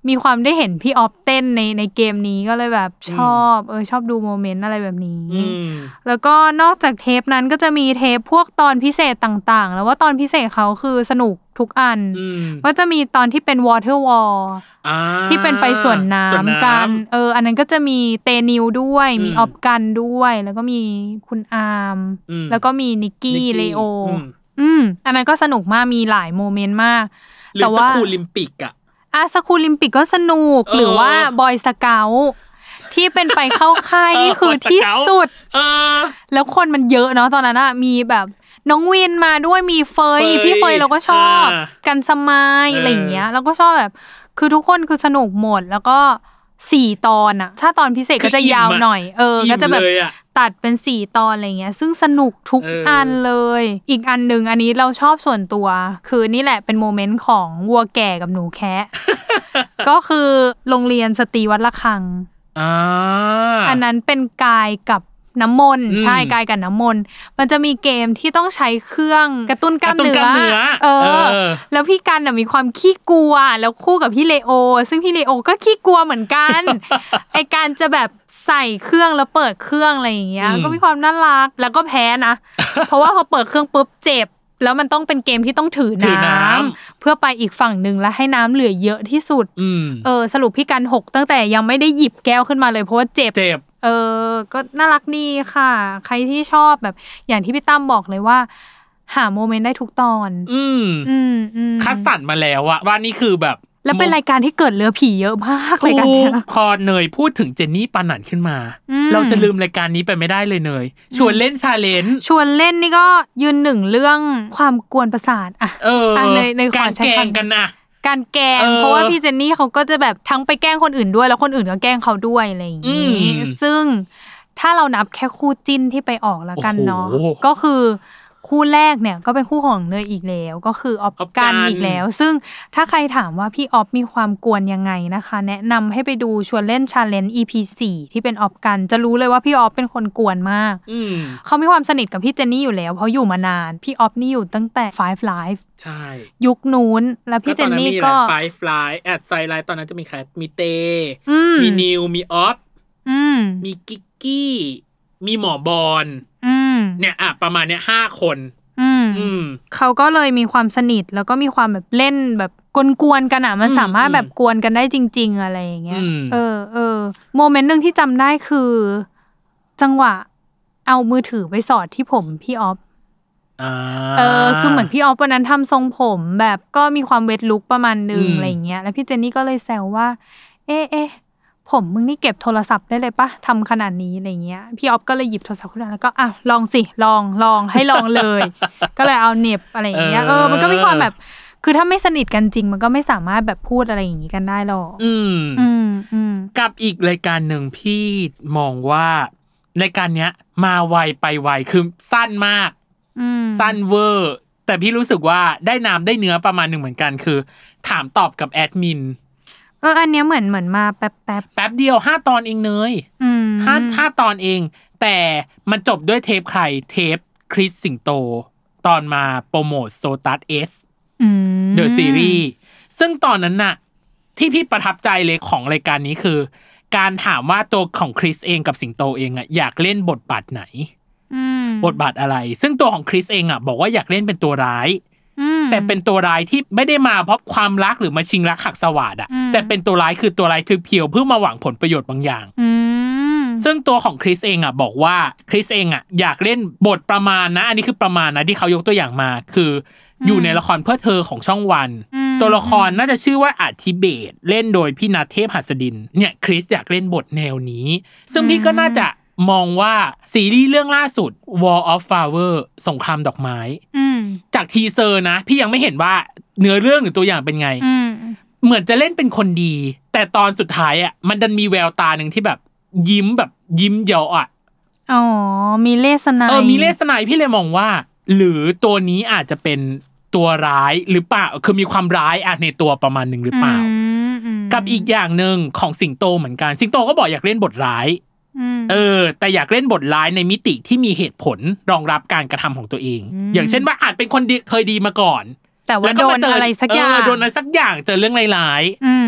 มีความได้เห็นพี่ออฟเต้นในเกมนี้ก็เลยแบบชอบดูโมเมนต์อะไรแบบนี้แล้วก็นอกจากเทปนั้นก็จะมีเทปพวกตอนพิเศษต่างๆแล้วว่าตอนพิเศษเขาคือสนุกทุกอันก็จะมีตอนที่เป็น Water War ที่เป็นไปสวนน้ำกันอันนั้นก็จะมีเตนิวด้วยมีออฟกันด้วยแล้วก็มีคุณอาร์มแล้วก็มีนิกกี้เลโออันนั้นก็สนุกมากมีหลายโมเมนต์มากแต่ว่าสคูลิมปิกสคูลิมปิกก็สนุกหรือว่าบอยสเกาต์ที่เป็นไปเข้าค่ายนี่คือที่สุดแล้วคนมันเยอะเนาะตอนนั้นมีแบบน้องวินมาด้วยมีเฟยพี่เฟยเราก็ชอบกันสมายอะไรอย่างเงี้ยแล้วก็ชอบแบบคือทุกคนคือสนุกหมดแล้วก็4ตอนอ่ะถ้าตอนพิเศษก็จะยาวหน่อยก็จะแบบตัดเป็น4ตอนอะไรเงี้ยซึ่งสนุกทุกอันเลยอีกอันนึงอันนี้เราชอบส่วนตัวคือนี่แหละเป็นโมเมนต์ของวัวแก่กับหนูแคะก็คือโรงเรียนสตรีวัดระฆังอันนั้นเป็นกายกับน้ำมนต์ใช่กายกับน้ำมนต์มันจะมีเกมที่ต้องใช้เครื่องกระตุ้นกล้ามเนื้อแล้วพี่กันมีความขี้กลัวแล้วคู่กับพี่เลโอซึ่งพี่เลโอก็ขี้กลัวเหมือนกันไอการจะแบบใส่เครื่องแล้วเปิดเครื่องอะไรอย่างเงี้ยก็มีความน่ารักแล้วก็แพ้นะเพราะว่าพอเปิดเครื่องปุ๊บเจ็บแล้วมันต้องเป็นเกมที่ต้องถือน้ำเพื่อไปอีกฝั่งนึงแล้วให้น้ำเหลือเยอะที่สุดสรุปพี่กัน6ตั้งแต่ยังไม่ได้หยิบแก้วขึ้นมาเลยเพราะว่าเจ็บก็น่ารักดีค่ะใครที่ชอบแบบอย่างที่พี่ตั้มบอกเลยว่าหาโมเมนต์ได้ทุกตอนคัดสรรมาแล้วอะว่านี่คือแบบแล้วเป็นรายการที่เกิดเรือผีเยอะมากรายการนี้พอเนยพูดถึงเจนนี่ปานันขึ้นมาเราจะลืมรายการนี้ไปไม่ได้เลยเนยชวนเล่นชาเลนจ์ชวนเล่นนี่ก็ยืน1เรื่องความกวนประสาทในการแกล้งกันนะการแกล้งเพราะว่าพี่เจนนี่เขาก็จะแบบทั้งไปแกล้งคนอื่นด้วยแล้วคนอื่นก็แกล้งเขาด้วยอะไรอย่างนี้ซึ่งถ้าเรานับแค่คู่จิ้นที่ไปออกแล้วกันเนาะก็คือคู่แรกเนี่ยก็เป็นคู่ของเนยอีกแล้วก็คือออฟกันอีกแล้วซึ่งถ้าใครถามว่าพี่ออฟมีความกวนยังไงนะคะแนะนำให้ไปดูชวนเล่น Challenge EP 4ที่เป็นออฟกันจะรู้เลยว่าพี่ออฟเป็นคนกวนมากเขามีความสนิทกับพี่เจนนี่อยู่แล้วเพราะอยู่มานานพี่ออฟนี่อยู่ตั้งแต่ Five Live ใช่ยุคนู้นแล้วพี่เจนนี่ก็ Five Live แอดไซไลท์ตอนนั้นจะมีใครมีเตมีนิวมีออฟมีกิกกี้มีหมอบอลเนี่ยประมาณเนี้ย5คนเขาก็เลยมีความสนิทแล้วก็มีความแบบเล่นแบบกวนๆกันมันสามารถแบบกวนกันได้จริงๆอะไรอย่างเงี้ยโมเมนต์นึงที่จำได้คือจังหวะเอามือถือไปสอดที่ผมพี่ออฟคือเหมือนพี่ออฟวันนั้นทำทรงผมแบบก็มีความเวทลุคประมาณนึงอะไรอย่างเงี้ยแล้วพี่เจนนี่ก็เลยแซวว่าผมมึงนี่เก็บโทรศัพท์ได้เลยปะทำขนาดนี้อะไรเงี้ยพี่ออฟก็เลยหยิบโทรศัพท์ขึ้นมาแล้วก็ลองสิลองให้ลองเลย ก็เลยเอาเน็บอะไรอย่างเงี้ยมันก็มีความแบบคือถ้าไม่สนิทกันจริงมันก็ไม่สามารถแบบพูดอะไรอย่างงี้กันได้หรอกกับอีกรายการหนึ่งพี่มองว่ารายการเนี้ยมาไวไปไวคือสั้นมากสั้นเวอร์แต่พี่รู้สึกว่าได้น้ำได้เนื้อประมาณหนึ่งเหมือนกันคือถามตอบกับแอดมินอันเนี้ยเหมือนมาแป๊บเดียว5ตอนเองเนย5ตอนเองแต่มันจบด้วยเทปใครเทปคริสสิงโตตอนมาโปรโมทโซตัสเดอะซีรีส์ซึ่งตอนนั้นน่ะที่พี่ประทับใจเลยของรายการนี้คือการถามว่าตัวของคริสเองกับสิงโตเองอยากเล่นบทบาทไหนบทบาทอะไรซึ่งตัวของคริสเองบอกว่าอยากเล่นเป็นตัวร้ายแต่เป็นตัวร้ายที่ไม่ได้มาเพราะความรักหรือมาชิงรักหักสวาทแต่เป็นตัวร้ายคือตัวร้ายเพียวๆเพื่อมาหวังผลประโยชน์บางอย่างซึ่งตัวของคริสเองบอกว่าคริสเองอยากเล่นบทประมาณนะอันนี้คือประมาณนะที่เขายกตัวอย่างมาคืออยู่ในละครเพื่อเธอของช่องวันตัวละครน่าจะชื่อว่าอาทิเบตเล่นโดยพี่ณัฐเทพหัสดินเนี่ยคริสอยากเล่นบทแนวนี้ซึ่งพี่ก็น่าจะมองว่าซีรีส์เรื่องล่าสุด War of Flower สงครามดอกไม้จากทีเซอร์นะพี่ยังไม่เห็นว่าเนื้อเรื่องหรือตัวอย่างเป็นไงเหมือนจะเล่นเป็นคนดีแต่ตอนสุดท้ายมันดันมีแววตาหนึ่งที่แบบยิ้มเยาะมีเลสไนมีเลสไนพี่เลยมองว่าหรือตัวนี้อาจจะเป็นตัวร้ายหรือเปล่าคือมีความร้ายในตัวประมาณนึงหรือเปล่ากับอีกอย่างนึงของสิงโตเหมือนกันสิงโตก็บอกอยากเล่นบทร้ายแต่อยากเล่นบทร้ายในมิติที่มีเหตุผลรองรับการกระทำของตัวเองอย่างเช่นว่าอาจเป็นคนเคยดีมาก่อนแต่ว่าโดนอะไรสักอย่างโดนอะไรสักอย่างเจอเรื่องร้าย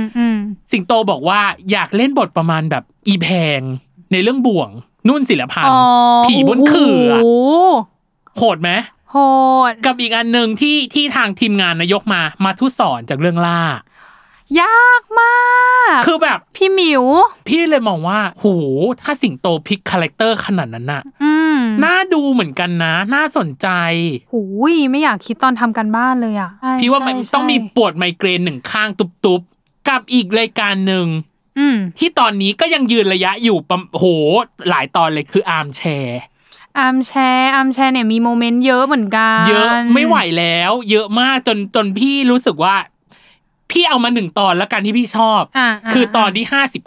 สิงโตบอกว่าอยากเล่นบทประมาณแบบอีแพงในเรื่องบ่วงนุ่นศิลพันธ์ผีบนขื่อโหดไหมโหดกับอีกอันนึงที่ทางทีมงานนายกมาทุสอนจากเรื่องล่ายากมากคือแบบพี่หมิวพี่เลยมองว่าโหถ้าสิงโตพลิกคาแรคเตอร์ขนาดนั้นน่ะน่าดูเหมือนกันนะน่าสนใจหูยไม่อยากคิดตอนทำกันบ้านเลยอ่ะพี่ว่ามันต้องมีปวดไมเกรน1ข้างตุบๆกับอีกรายการนึงที่ตอนนี้ก็ยังยืนระยะอยู่โหหลายตอนเลยคืออาร์มแชร์เนี่ยมีโมเมนต์เยอะเหมือนกันเยอะไม่ไหวแล้วเยอะมากจนพี่รู้สึกว่าพี่เอามา1ตอนแล้วกันที่พี่ชอบคือตอนที่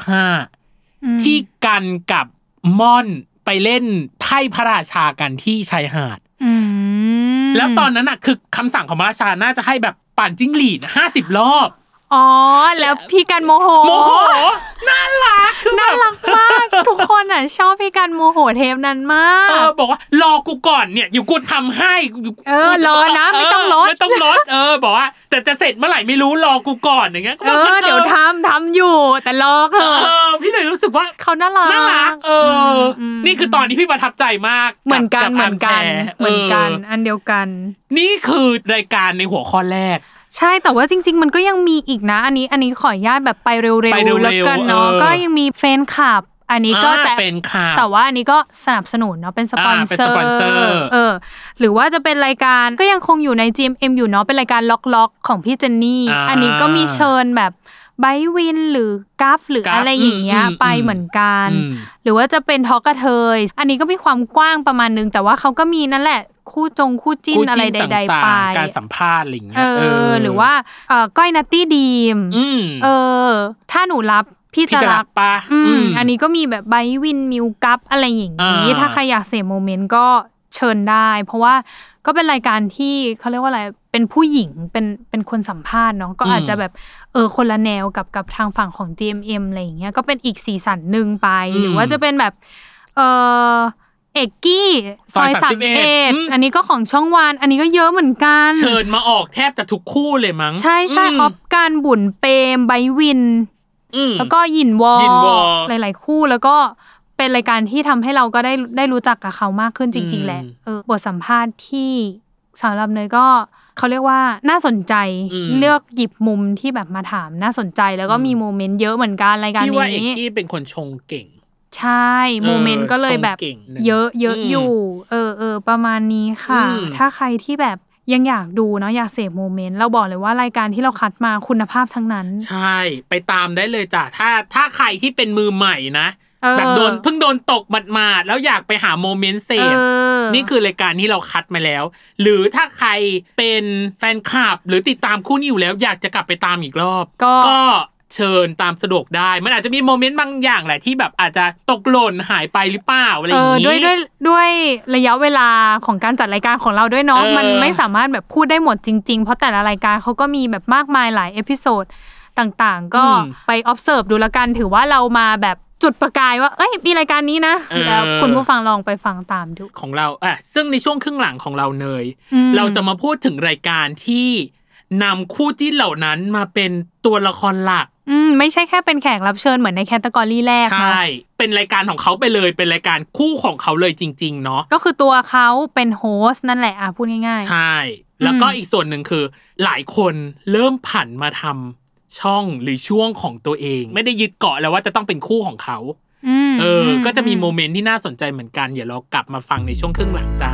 55ที่กันกับม่อนไปเล่นไพ่พระราชากันที่ชายหาดแล้วตอนนั้นน่ะคือคำสั่งของพระราชาน่าจะให้แบบปั่นจิ้งหรีด50 รอบอ๋อแล้วพี่กันโมโหน่ารักน่ารักมากทุกคนอ่ะชอบพี่กันโมโหเทปนั้นมากบอกว่ารอกูก่อนเนี่ยอยู่กูทำให้รอนะไม่ต้องลดบอกว่าแต่จะเสร็จเมื่อไหร่ไม่รู้รอกูก่อนอย่างเงี้ยเดี๋ยวทำอยู่แต่รอเถอะพี่เลยรู้สึกว่าเขาน่ารักนี่คือตอนที่พี่ประทับใจมากเหมือนกันอันเดียวกันนี่คือรายการในหัวข้อแรกใช่แต่ว่าจริงๆมันก็ยังมีอีกนะอันนี้ขออนุญาตแบบไปเร็วๆแล้วกันเนาะก็ยังมีแฟนคลับอันนี้ก็แต่ว่าอันนี้ก็สนับสนุนเนาะเป็นสปอนเซอร์หรือว่าจะเป็นรายการก็ยังคงอยู่ใน GMM อยู่เนาะเป็นรายการล็อกของพี่เจนนี่อันนี้ก็มีเชิญแบบไบวินหรือกัฟหรืออะไรอย่างเงี้ยไปเหมือนกันหรือว่าจะเป็นทอกกระเทยอันนี้ก็มีความกว้างประมาณนึงแต่ว่าเขาก็มีนั่นแหละคู่จิ้นอะไรใดๆไปการสัมภาษณ์อะไรอย่างเงี้ยหรือว่าก้อยนัตตี้ดีมถ้าหนูรับพี่จะรักปะอันนี้ก็มีแบบไบวินมิวกัฟอะไรอย่างงี้ถ้าใครอยากเสพโมเมนต์ก็เชิญได้เพราะว่าก็เป็นรายการที่เขาเรียกว่าอะไรเป็นผู้หญิงเป็นคนสัมภาษณ์เนาะก็อาจจะแบบคนละแนวกับทางฝั่งของ GMM อะไรอย่างเงี้ยก็เป็นอีกสีสันนึงไปหรือว่าจะเป็นแบบเอกกี้ซอย31อันนี้ก็ของช่องวันอันนี้ก็เยอะเหมือนกันเชิญมาออกแทบจะทุกคู่เลยมั้งใช่ออฟการบุญเปมไบวินแล้วก็ยินวอหลายๆคู่แล้วก็เป็นรายการที่ทำให้เราก็ได้รู้จักกับเขามากขึ้นจริงๆแหละบทสัมภาษณ์ที่สำหรับเนยก็เขาเรียกว่าน่าสนใจเลือกหยิบมุมที่แบบมาถามน่าสนใจแล้วก็มีโมเมนต์เยอะเหมือนกันรายการนี้พี่ว่าเอกกี้เป็นคนชงเก่งใช่โมเมนต์ก็เลยแบบเยอะอยู่ประมาณนี้ค่ะถ้าใครที่แบบยังอยากดูเนาะอยากเสพโมเมนต์เราบอกเลยว่ารายการที่เราคัดมาคุณภาพทั้งนั้นใช่ไปตามได้เลยจ้ะถ้าใครที่เป็นมือใหม่นะแบบเพิ่งโดนตกหมาดๆแล้วอยากไปหาโมเมนต์เสพนี่คือรายการที่เราคัดมาแล้วหรือถ้าใครเป็นแฟนคลับหรือติดตามคู่นี้อยู่แล้วอยากจะกลับไปตามอีกรอบก็เชิญตามสะดวกได้มันอาจจะมีโมเมนต์บางอย่างแหละที่แบบอาจจะตกหล่นหายไปหรือเปล่าอะไรอย่างนี้ด้วยระยะเวลาของการจัดรายการของเราด้วยเนาะมันไม่สามารถแบบพูดได้หมดจริงๆเพราะแต่ละรายการเขาก็มีแบบมากมายหลายเอพิโซดต่างๆก็ไป observe ดูละกันถือว่าเรามาแบบจุดประกายว่ามีรายการนี้นะแล้วคุณผู้ฟังลองไปฟังตามดูของเราซึ่งในช่วงครึ่งหลังของเราเนยเราจะมาพูดถึงรายการที่นำคู่จิ้นเหล่านั้นมาเป็นตัวละครหลักไม่ใช่แค่เป็นแขกรับเชิญเหมือนในแคตตากรีแรกใช่เป็นรายการของเขาไปเลยเป็นรายการคู่ของเขาเลยจริงๆเนาะก็คือตัวเขาเป็นโฮสต์นั่นแหละพูดง่ายๆใช่แล้วก็อีกส่วนหนึ่งคือหลายคนเริ่มผันมาทำช่องหรือช่วงของตัวเองไม่ได้ยึดเกาะแล้วว่าจะต้องเป็นคู่ของเขาก็จะมีโมเมนต์ที่น่าสนใจเหมือนกันเดี๋ยวเรากลับมาฟังในช่วงครึ่งหลังจ้า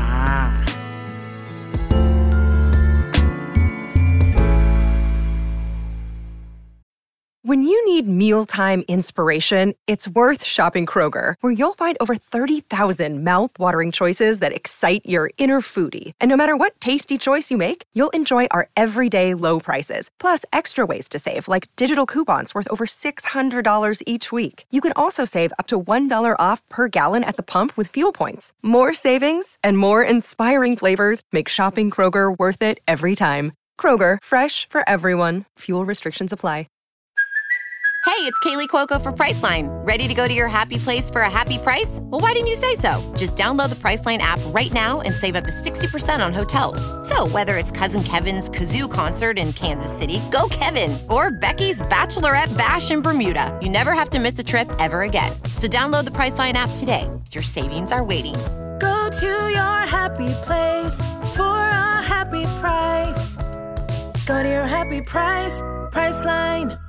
When you need mealtime inspiration, it's worth shopping Kroger, where you'll find over 30,000 mouth-watering choices that excite your inner foodie. And no matter what tasty choice you make, you'll enjoy our everyday low prices, plus extra ways to save, like digital coupons worth over $600 each week. You can also save up to $1 off per gallon at the pump with fuel points. More savings and more inspiring flavors make shopping Kroger worth it every time. Kroger, fresh for everyone. Fuel restrictions apply. Hey, it's Kaylee Cuoco for Priceline. Ready to go to your happy place for a happy price? Well, why didn't you say so? Just download the Priceline app right now and save up to 60% on hotels. So whether it's Cousin Kevin's Kazoo Concert in Kansas City, go Kevin, or Becky's Bachelorette Bash in Bermuda, you never have to miss a trip ever again. So download the Priceline app today. Your savings are waiting. Go to your happy place for a happy price. Go to your happy price, Priceline.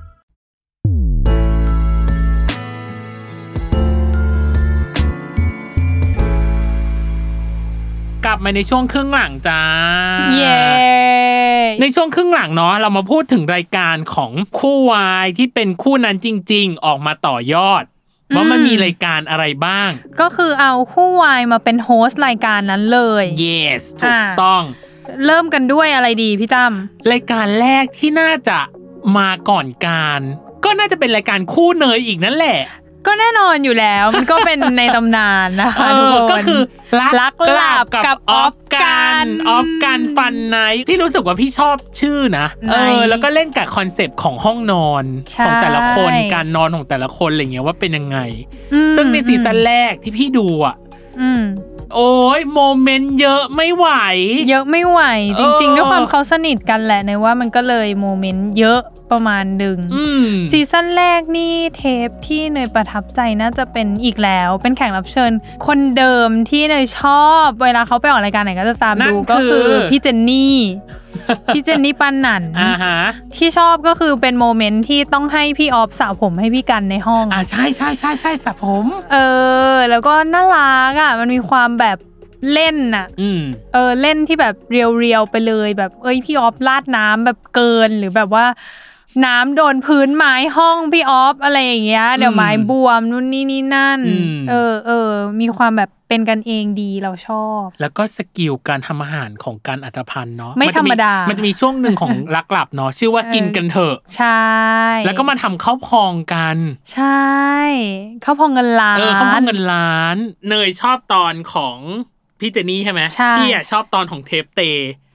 กลับมาในช่วงครึ่งหลังจ้าเย้ในช่วงครึ่งหลังเนาะเรามาพูดถึงรายการของคู่วายที่เป็นคู่นั้นจริงๆออกมาต่อยอดว่ามันมีรายการอะไรบ้างก็คือเอาคู่วายมาเป็นโฮสต์รายการนั้นเลย yes ถูกต้องเริ่มกันด้วยอะไรดีพี่ตั้มรายการแรกที่น่าจะมาก่อนการก็น่าจะเป็นรายการคู่เนยอีกนั่นแหละก็แน่นอนอยู่แล้วมันก็เป็นในตำนานนะคะทุกคนก็คือรักหลับกับออฟกันฟันไนท์พี่รู้สึกว่าพี่ชอบชื่อนะแล้วก็เล่นกับคอนเซปต์ของห้องนอนของแต่ละคนการนอนของแต่ละคนอะไรเงี้ยว่าเป็นยังไงซึ่งในซีซั่นแรกที่พี่ดูอ่ะโอ้ยโมเมนต์เยอะไม่ไหวจริงๆด้วยความเขาสนิทกันแหละในว่ามันก็เลยโมเมนต์เยอะประมาณนึงซีซั่นแรกนี่เทปที่เนยประทับใจน่าจะเป็นอีกแล้วเป็นแขกรับเชิญคนเดิมที่เนยชอบเวลาเขาไปออกรายการไหนก็จะตามดูก็คือพี่เจนนี่ปันหนันที่ชอบก็คือเป็นโมเมนต์ที่ต้องให้พี่ออฟสระผมให้พี่กันในห้องใช่สระผมแล้วก็น่ารักอ่ะมันมีความแบบเล่นน่ะเล่นที่แบบเรียวๆไปเลยแบบพี่ออฟราดน้ำแบบเกินหรือแบบว่าน้ำโดนพื้นไม้ห้องพี่ออฟอะไรอย่างเงี้ยเดี๋ยวไม้บวมนู่นนี่นั่นมีความแบบเป็นกันเองดีเราชอบแล้วก็สกิลการทำอาหารของการอัตภัณฑ์เนาะไม่ธรรมดามันจะมีช่วงหนึ่งของรักหลับเนาะชื่อว่ากินกันเถอะใช่แล้วก็มาทำข้าวพองกันใช่ข้าวพองเงินล้านข้าวพองเงินล้านเนยชอบตอนของพี่เจนี่ใช่ไหมพี่ชอบตอนของเทปเต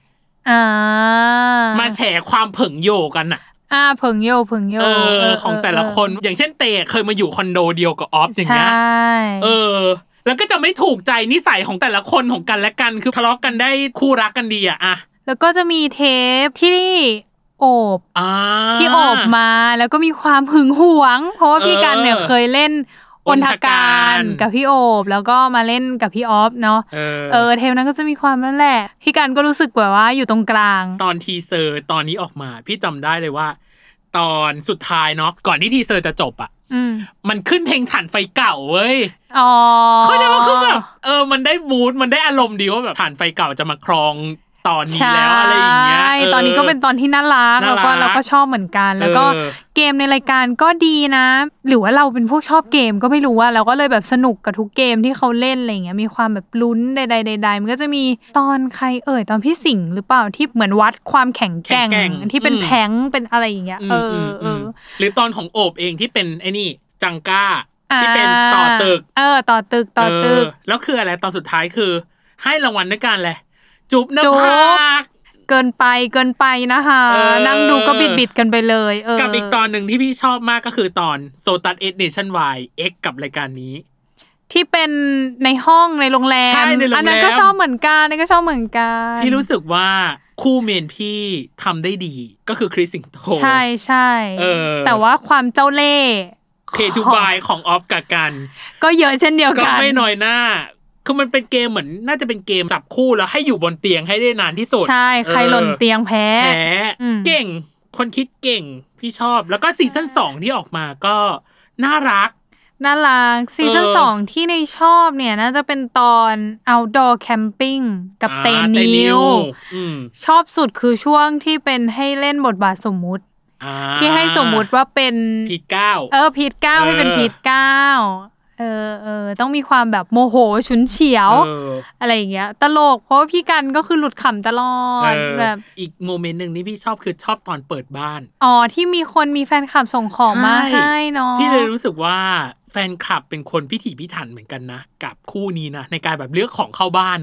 มาแฉความเผิงโยกันอะเผิงโยของแต่ละคนอย่างเช่นเตเคยมาอยู่คอนโดเดียวกับออฟอย่างเงี้ยแล้วก็จะไม่ถูกใจนิสัยของแต่ละคนของกันและกันคือทะเลาะกันได้คู่รักกันดีอะแล้วก็จะมีเทปที่โอบที่โอบมาแล้วก็มีความหึงหวงเพราะว่าพี่กันเนี่ยเคยเล่นอนทการกับพี่โอบแล้วก็มาเล่นกับพี่ออฟเนาะเทปนั้นก็จะมีความนั่นแหละพี่กันก็รู้สึกแบบว่าอยู่ตรงกลางตอนทีเซอร์ตอนนี้ออกมาพี่จำได้เลยว่าตอนสุดท้ายเนาะก่อนที่ทีเซอร์จะจบอ่ะมันขึ้นเพลงถ่านไฟเก่าเว้ยเขาจะมาคือแบบมันได้มูดมันได้อารมณ์ดีว่าแบบถ่านไฟเก่าจะมาครองตอนนี้แล้วอะไรอย่างเงี้ยตอนนี้ก็เป็นตอนที่น่ารักแล้วก็ชอบเหมือนกันแล้วก็เกมในรายการก็ดีนะหรือว่าเราเป็นพวกชอบเกมก็ไม่รู้ว่าเราก็เลยแบบสนุกกับทุกเกมที่เขาเล่นอะไรเงี้ยมีความแบบลุ้นใดๆมันก็จะมีตอนใครตอนพี่สิงห์หรือเปล่าที่เหมือนวัดความแข็งแกร่งที่เป็นแพงเป็นอะไรอย่างเงี้ยหรือตอนของโอบเองที่เป็นไอ้นี่จังก้าที่เป็นต่อตึกต่อตึกแล้วคืออะไรตอนสุดท้ายคือให้รางวัลด้วยกันเลยจุ๊บหน้าผากเกินไปนะคะนั่งดูก็บิดกันไปเลยกับอีกตอนนึงที่พี่ชอบมากก็คือตอนโซตัสเนชั่นวายกับรายการนี้ที่เป็นในห้องในโรงแรมอันนั้นก็ชอบเหมือนกันพี่รู้สึกว่าคู่เมนพี่ทำได้ดีก็คือคริสสิงโตใช่แต่ว่าความเจ้าเล่ห์เพทูบายของออฟกับกันก็เยอะเช่นเดียวกันก็ไม่น้อยหน้าคือมันเป็นเกมเหมือนน่าจะเป็นเกมจับคู่แล้วให้อยู่บนเตียงให้ได้นานที่สุดใช่ใครหล่นเตียงแพ้เก่งคนคิดเก่งพี่ชอบแล้วก็ซีซั่น2ที่ออกมาก็น่ารักซีซั่น2ที่ในชอบเนี่ยน่าจะเป็นตอน outdoor camping กับเตนิวชอบสุดคือช่วงที่เป็นให้เล่นบทบาทสมมุติที่ให้สมมุติว่าเป็นพีทเก้าพีทเก้าให้เป็นพีทเก้าต้องมีความแบบโมโหฉุนเฉียวอะไรอย่างเงี้ยตลกเพราะว่าพี่กันก็คือหลุดขำตลอดแบบอีกโมเมนต์นึงที่พี่ชอบคือชอบตอนเปิดบ้านที่มีแฟนคลับส่งของมาให้เนาะพี่เลยรู้สึกว่าแฟนคลับเป็นคนพิถีพิถันเหมือนกันนะกับคู่นี้นะในการแบบเลือกของเข้าบ้านน่ะ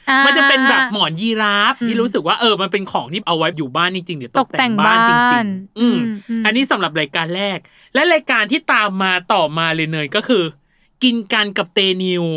มันจะเป็นแบบหมอนยีราฟที่รู้สึกว่ามันเป็นของที่เอาไว้อยู่บ้านจริงๆหรือตกแต่งบ้านจริงๆอันนี้สำหรับรายการแรกและรายการที่ตามมาต่อมาเลยเนยก็คือกินกันกับเตนิว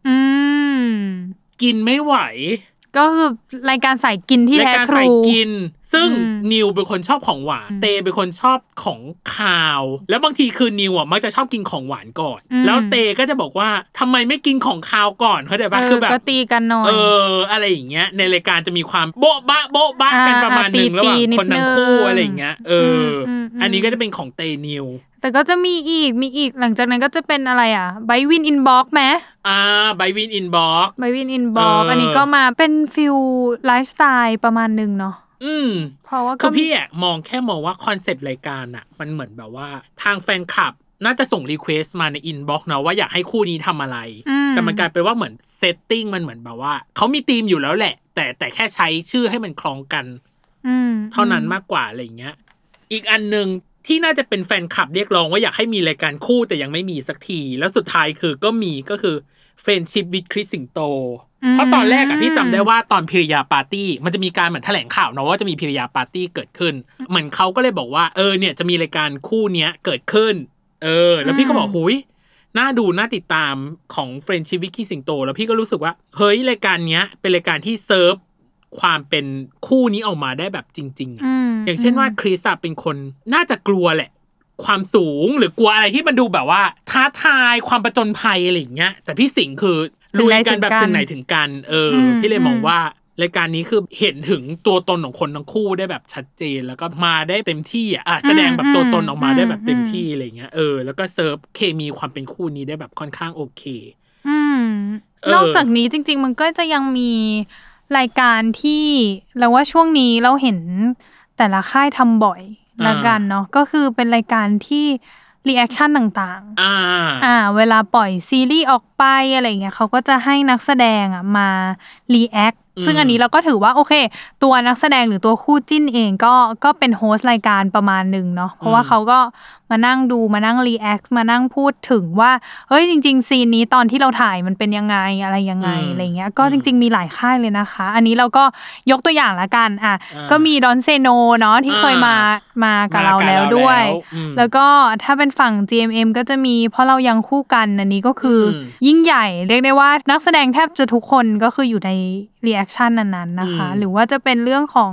กินไม่ไหวก็คือรายการสายกินที่แท้ทรูรายการสายกินซึ่งนิวเป็นคนชอบของหวานเตเป็นคนชอบของคาวแล้วบางทีคือนิวอ่ะมักจะชอบกินของหวานก่อนแล้วเตก็จะบอกว่าทำไมไม่กินของคาวก่อนเข้าใจป่ะคือแบบก็ตีกันหน่อยอะไรอย่างเงี้ยในรายการจะมีความโบ๊ะบะกันประมาณนึงระหว่างคนทั้งคู่อะไรอย่างเงี้ยอันนี้ก็จะเป็นของเตนิวแต่ก็จะมีอีกหลังจากนั้นก็จะเป็นอะไรไบวินอินบ็อกซ์มั้ยไบวินอินบ็อกซ์อันนี้ก็มาเป็นฟิลไลฟ์สไตล์ประมาณนึงเนาะเพราะว่าคือพี่มองว่าคอนเซปต์รายการอ่ะมันเหมือนแบบว่าทางแฟนคลับน่าจะส่งรีเควสต์มาในอินบ็อกซ์เนาะว่าอยากให้คู่นี้ทำอะไรแต่มันกลายเป็นว่าเหมือนเซตติ้งมันเหมือนแบบว่าเขามีธีมอยู่แล้วแหละแต่แค่ใช้ชื่อให้มันคล้องกันเท่านั้นมากกว่าอะไรอย่างเงี้ยอีกอันนึงที่น่าจะเป็นแฟนคลับเรียกร้องว่าอยากให้มีรายการคู่แต่ยังไม่มีสักทีแล้วสุดท้ายคือก็คือ Friendship with Chris สิงโตเพราะตอนแรกพี่จำได้ว่าตอนพิริยาปาร์ตี้มันจะมีการเหมือนแถลงข่าวเนาะว่าจะมีพิริยาปาร์ตี้เกิดขึ้นเหมือนเขาก็เลยบอกว่าเนี่ยจะมีรายการคู่เนี้ยเกิดขึ้นแล้วพี่ก็บอกหุยน่าดูน่าติดตามของ Friendship with Chris สิงโตแล้วพี่ก็รู้สึกว่าเฮ้ยรายการเนี้ยเป็นรายการที่เซิร์ฟความเป็นคู่นี้ออกมาได้แบบจริงๆอย่างเช่นว่าคริสเป็นคนน่าจะกลัวแหละความสูงหรือกลัวอะไรที่มันดูแบบว่าท้าทายความประจนภัยอะไรอย่างเงี้ยแต่พี่สิงห์คือลุยกันแบบถึงไหนถึงกันพี่เลยมองว่ารายการนี้คือเห็นถึงตัวตนของคนทั้งคู่ได้แบบชัดเจนแล้วก็มาได้เต็มที่แสดงแบบตัวตนออกมาได้แบบเต็มที่อะไรเงี้ยแล้วก็เซิร์ฟเคมีความเป็นคู่นี้ได้แบบค่อนข้างโอเคนอกจากนี้จริงๆมันก็จะยังมีรายการที่เราว่าช่วงนี้เราเห็นแต่ละค่ายทำบ่อยละกันเนาะก็คือเป็นรายการที่รีแอคชั่นต่างๆเวลาปล่อยซีรีส์ออกไปอะไรเงี้ยเขาก็จะให้นักแสดงมารีแอคซึ่งอันนี้เราก็ถือว่าโอเคตัวนักแสดงหรือตัวคู่จิ้นเองก็เป็นโฮสต์รายการประมาณนึงเนาะเพราะว่าเขาก็มานั่งดูมานั่งรีแอคมานั่งพูดถึงว่าเฮ้ยจริงๆซีนนี้ตอนที่เราถ่ายมันเป็นยังไงอะไรยังไงอะไรเงี้ยก็จริงๆมีหลายค่ายเลยนะคะอันนี้เราก็ยกตัวอย่างละกันก็มีดอนเซโนเนาะที่เคยมากับเราแล้วด้วยแล้วก็ถ้าเป็นฝั่ง GMM ก็จะมีเพราะเรายังคู่กันอันนี้ก็คือยิ่งใหญ่เรียกได้ว่านักแสดงแทบจะทุกคนก็คืออยู่ในรีแอคชั่นนั้นๆนะคะหรือว่าจะเป็นเรื่องของ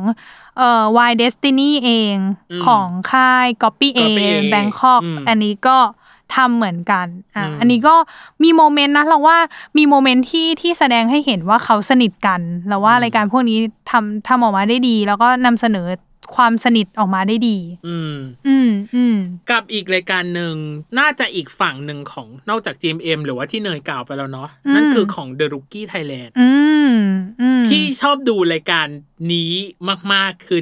Why Destiny เองของค่าย Copy A Bangkok อันนี้ก็ทำเหมือนกันอันนี้ก็มีโมเมนต์นะเราว่ามีโมเมนต์ที่แสดงให้เห็นว่าเขาสนิทกันแล้วว่ารายการพวกนี้ทำออกมาได้ดีแล้วก็นำเสนอความสนิทออกมาได้ดีกับอีกรายการหนึ่งน่าจะอีกฝั่งหนึ่งของนอกจาก GMM หรือว่าที่เนยกล่าวไปแล้วเนาะนั่นคือของ The Rookie Thailand ที่ชอบดูรายการนี้มากๆคือ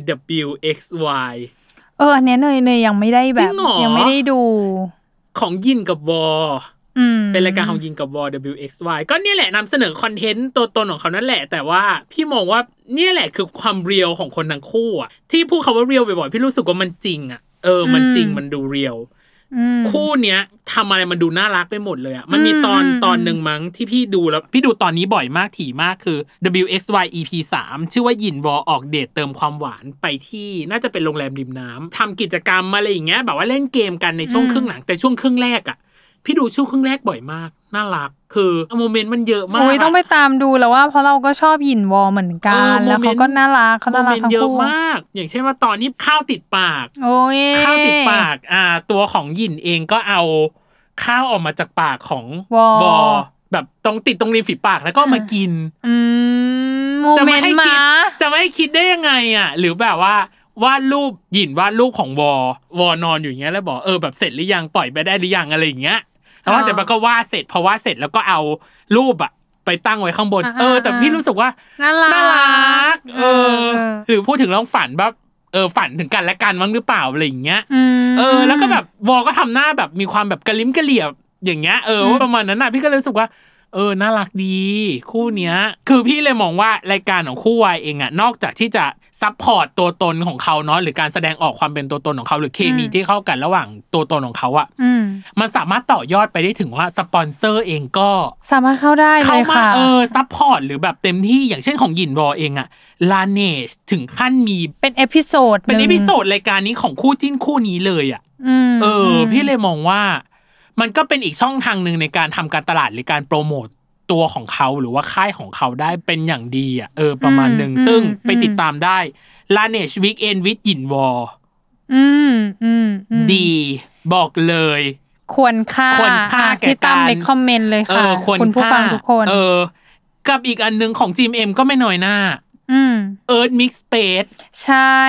WXY อันนี้เนยยังไม่ได้แบบยังไม่ได้ดูของยินกับวอเป็นรายการของยินกับวอ WXY ก็เนี่ยแหละนำเสนอคอนเทนต์ตัวตนของเขานั่นแหละแต่ว่าพี่มองว่าเนี่ยแหละคือความเรียลของคนทั้งคู่ที่พูดคำว่าเรียลบ่อยๆพี่รู้สึกว่ามันจริงมันจริงมันดูเรียลคู่เนี้ยทำอะไรมันดูน่ารักไปหมดเลยมันมีตอนนึงมั้งที่พี่ดูแล้วพี่ดูตอนนี้บ่อยมากถี่มากคือ WXY EP 3ชื่อว่ายินวอออกเดทเติมความหวานไปที่น่าจะเป็นโรงแรมริมน้ำทำกิจกรรมอะไรอย่างเงี้ยแบบว่าเล่นเกมกันในช่วงครึ่งหลังแต่ช่วงครึ่งแรกพี่ดูช่วงครึ่งแรกบ่อยมากน่ารักคือโมเมนต์มันเยอะมากต้องไปตามดูแล้วว่าเพราะเราก็ชอบยินวอเหมือนกันแล้วเขาก็น่ารักเขาน่ารักทั้งคู่เยอะมากอย่างเช่นว่าตอนนี้ข้าวติดปากข้าวติดปากตัวของยินเองก็เอาข้าวออกมาจากปากของวอแบบตรงติดตรงริมฝีปากแล้วก็มากินจะไม่ให้คิดได้ยังไงหรือแบบว่าวาดรูปหยินวาดรูปของวอนอนอยู่อย่างเงี้ยแล้วบอกแบบเสร็จหรือยังปล่อยไปได้หรือยังอะไรอย่างเงี้ยแล้วว่าเสร็จมันก็วาดเสร็จพอวาดเสร็จแล้วก็เอารูปไปตั้งไว้ข้างบนแต่พี่รู้สึกว่าน่ารักหรือพูดถึงเรื่องฝันแบบฝันถึงกันและกันมั้งหรือเปล่าอะไรอย่างเงี้ยแล้วก็แบบวอก็ทำหน้าแบบมีความแบบกระลิ้มกระเหลี่ยอย่างเงี้ยว่าประมาณนั้นน่ะพี่ก็เลยรู้สึกว่าน่ารักดีคู่เนี้ยคือพี่เลยมองว่ารายการของคู่วายเองอ่ะนอกจากที่จะซัพพอร์ตตัวตนของเขาเนาะหรือการแสดงออกความเป็นตัวตนของเขาหรือเคมีที่เข้ากันระหว่างตัวตนของเขาอ่ะมันสามารถต่อยอดไปได้ถึงว่าสปอนเซอร์เองก็สามารถเข้าได้เลยค่ะซัพพอร์ตหรือแบบเต็มที่อย่างเช่นของหยินวอเองอ่ะลาเนชถึงขั้นมีเป็นเอพิโซดรายการนี้ของคู่จิ้นคู่นี้เลยอ่ะพี่เลยมองว่ามันก็เป็นอีกช่องทางนึงในการทำการตลาดหรือการโปรโมตตัวของเขาหรือว่าค่ายของเขาได้เป็นอย่างดีอ่ะประมาณนึงซึ่งไปติดตามได้ Laneige Weekend with หยินวอดีบอกเลยควรค่าแก่การเลคคอมเมนต์เลยค่ะคุณผู้ฟังทุกคนกับอีกอันนึงของ GMM ก็ไม่น้อยหน้าEarth Mix Space ใช่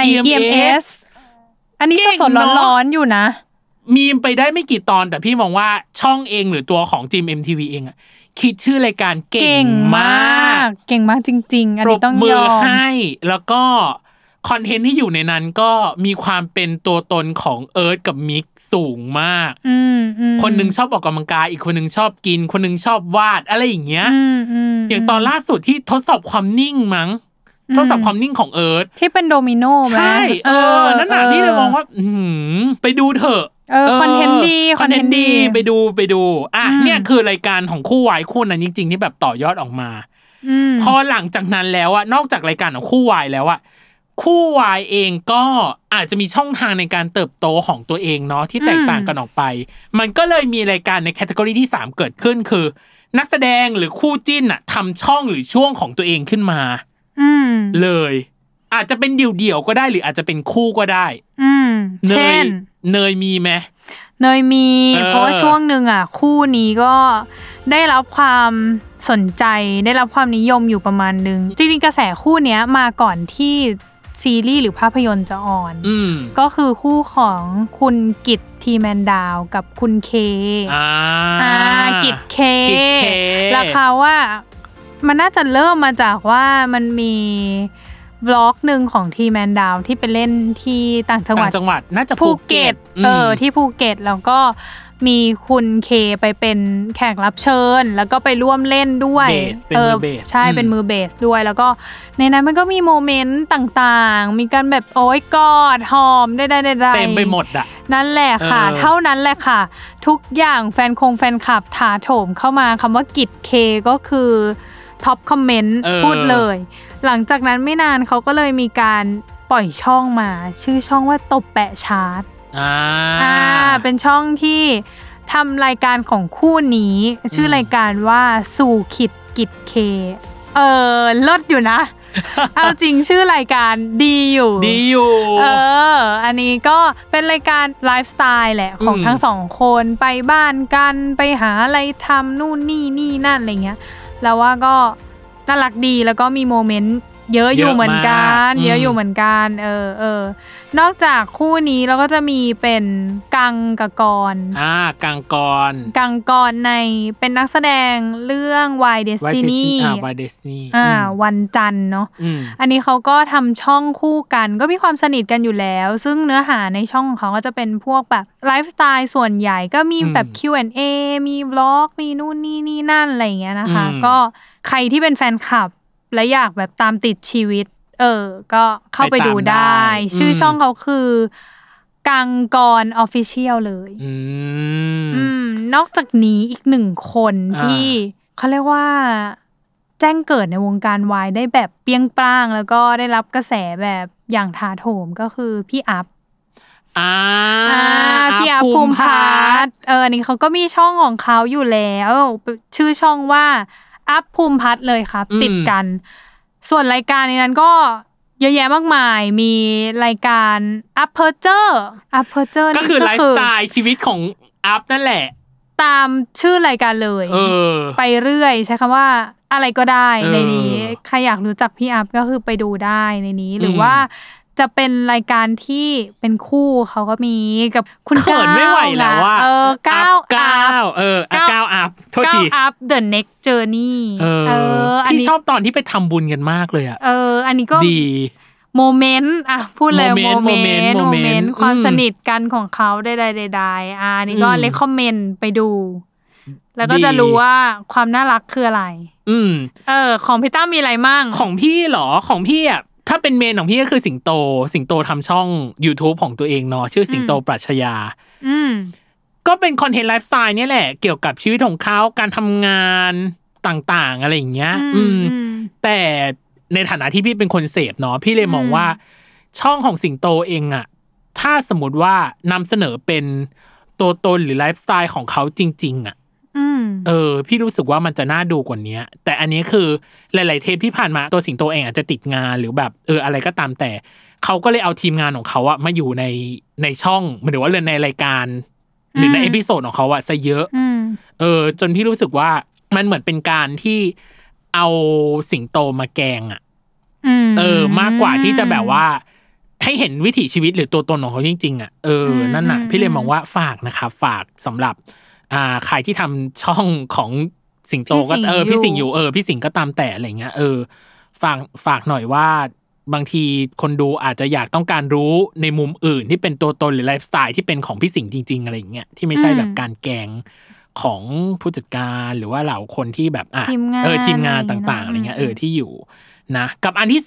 EMS อันนี้สดๆร้อนๆอยู่นะมีไปได้ไม่กี่ตอนแต่พี่มองว่าช่องเองหรือตัวของ GMMTV เองอ่ะคิดชื่อรายการเก่งมากจริงๆอันนี้ต้องยอมให้แล้วก็คอนเทนต์ที่อยู่ในนั้นก็มีความเป็นตัวตนของเอิร์ธกับมิกสูงมากคนนึงชอบออกกำลังกายอีกคนนึงชอบกินคนนึงชอบวาดอะไรอย่างเงี้ยอย่างตอนล่าสุดที่ทดสอบความนิ่งมั้งทดสอบความนิ่งของเอิร์ธที่เป็นโดมิโนใช่นั่นน่ะนี่เลยมองว่าไปดูเถอะคอนเทนต์ดีไปดูเนี่ยคือรายการของคู่วายคู่นั้นจริงๆที่แบบต่อยอดออกมาพอหลังจากนั้นแล้วนอกจากรายการของคู่วายแล้วคู่วายเองก็อาจจะมีช่องทางในการเติบโตของตัวเองเนาะที่แตกต่างกันออกไปมันก็เลยมีรายการในแคตตากรีที่3เกิดขึ้นคือนักแสดงหรือคู่จิ้นทำช่องหรือช่วงของตัวเองขึ้นมาเลยอาจจะเป็นเดี่ยวๆก็ได้หรืออาจจะเป็นคู่ก็ได้เช่นเนยมีไหมเนยมีเพราะว่าช่วงนึงคู่นี้ก็ได้รับความสนใจได้รับความนิยมอยู่ประมาณนึงจริงๆกระแสคู่เนี้ยมาก่อนที่ซีรีส์หรือภาพยนตร์จะออนก็คือคู่ของคุณกิตทีแมนดาวกับคุณเคกิตเคแล้วเขาว่ามันน่าจะเริ่มมาจากว่ามันมีวล็อกนึงของทีแมนดาวที่ไปเล่นที่ต่างจังหวัดน่าจะภูเก็ตที่ภูเก็ตแล้วก็มีคุณเคไปเป็นแขกรับเชิญแล้วก็ไปร่วมเล่นด้วยใช่เป็นมือเบสด้วยแล้วก็ในนั้นมันก็มีโมเมนต์ต่างๆมีการแบบโอ๊ยกอดหอมได้เต็มไปหมดนั่นแหละค่ะเท่านั้นแหละค่ะทุกอย่างแฟนคลับถาโถมเข้ามาคำว่ากิจเคก็คือท็อปคอมเมนต์พูดเลยหลังจากนั้นไม่นานเขาก็เลยมีการปล่อยช่องมาชื่อช่องว่าตบแปะชาร์ตเป็นช่องที่ทำรายการของคู่นี้ชื่อรายการว่าสู่ขิดกิจเคเลิศอยู่นะเอาจริงชื่อรายการดีอยู่อันนี้ก็เป็นรายการไลฟ์สไตล์แหละของทั้งสองคนไปบ้านกันไปหาอะไรทำนู่นนี่นั่นอะไรเงี้ยแล้วว่าก็น่ารักดีแล้วก็มีโมเมนต์เยอะอยู่เหมือนกันนอกจากคู่นี้เราก็จะมีเป็นกังกับกรกังกรในเป็นนักแสดงเรื่อง Why Destiny วันจันทร์เนาะอันนี้เขาก็ทำช่องคู่กันก็มีความสนิทกันอยู่แล้วซึ่งเนื้อหาในช่องของเขาก็จะเป็นพวกแบบไลฟ์สไตล์ส่วนใหญ่ก็มีแบบ Q&A มีบล็อกมีนู่นนี่นั่นอะไรอย่างเงี้ยนะคะก็ใครที่เป็นแฟนคลับและอยากแบบตามติดชีวิตก็เข้าไปดูได้ชื่อช่องเขาคือกังกร Official เลยนอกจากนี้อีก1คนที่เขาเรียกว่าแจ้งเกิดในวงการวายได้แบบเปรี้ยงปร้างแล้วก็ได้รับกระแสแบบอย่างถาโถมก็คือพี่อัพพี่อัพภูมิพัฒน์อันนี้เขาก็มีช่องของเขาอยู่แล้วชื่อช่องว่าอัพภูมิพัฒน์เลยครับติดกันส่วนรายการในนั้นก็เยอะแยะมากมายมีรายการอัพเพอร์เจอร์ก็คือไลฟ์สไตล์ชีวิตของอัพนั่นแหละตามชื่อรายการเลยไปเรื่อยใช้คำว่าอะไรก็ได้ในนี้ใครอยากรู้จักพี่อัพก็คือไปดูได้ในนี้หรือว่าจะเป็นรายการที่เป็นคู่เขาก็มีกับคุณเขินไม่ไหวแล้วว่าก้าวอัพโทษทีก้าวอัพ The Next Journey ที่ชอบตอนที่ไปทำบุญกันมากเลยอันนี้ก็ดีโมเมนต์พูดเลยโมเมนต์ความสนิทกันของเขาใดๆอันนี้ก็เรคคอมเมนต์ไปดูแล้วก็จะรู้ว่าความน่ารักคืออะไรของพี่ตั้มมีอะไรมั่งของพี่เหรอของพี่อ่ะถ้าเป็นเมนของพี่ก็คือสิงโตทำช่อง YouTube ของตัวเองเนาะชื่อสิงโตปรัชญาก็เป็นคอนเทนต์ไลฟ์สไตล์นี่แหละเกี่ยวกับชีวิตของเขาการทำงานต่างๆอะไรอย่างเงี้ยแต่ในฐานะที่พี่เป็นคนเสพเนาะพี่เลยมองว่าช่องของสิงโตเองอะถ้าสมมติว่านำเสนอเป็นตัวตนหรือไลฟ์สไตล์ของเขาจริงๆอะพี่รู้สึกว่ามันจะน่าดูกว่านี้แต่อันนี้คือหลายๆเทปที่ผ่านมาตัวสิงโตเองอาจจะติดงานหรือแบบอะไรก็ตามแต่เขาก็เลยเอาทีมงานของเขาอะมาอยู่ในช่องหรือว่าในรายการหรือในเอพิโซดของเขาอะซะเยอะจนพี่รู้สึกว่ามันเหมือนเป็นการที่เอาสิงโตมาแกงอะมากกว่าที่จะแบบว่าให้เห็นวิถีชีวิตหรือตัวตนของเขาจริงๆอ่ะนั่นน่ะพี่เลยมองว่าฝากนะครับฝากสำหรับใครที่ทำช่องของสิงโตก็พี่สิงอยู่พี่สิงก็ตามแต่อะไรเงี้ยฝากหน่อยว่าบางทีคนดูอาจจะอยากต้องการรู้ในมุมอื่นที่เป็นตัวตนหรือไลฟ์สไตล์ที่เป็นของพี่สิงจริงๆอะไรอย่างเงี้ยที่ไม่ใช่แบบการแกงของผู้จัดการหรือว่าเหล่าคนที่แบบทีมงานต่างๆอะไรเงี้ยที่อยู่นะกับอันที่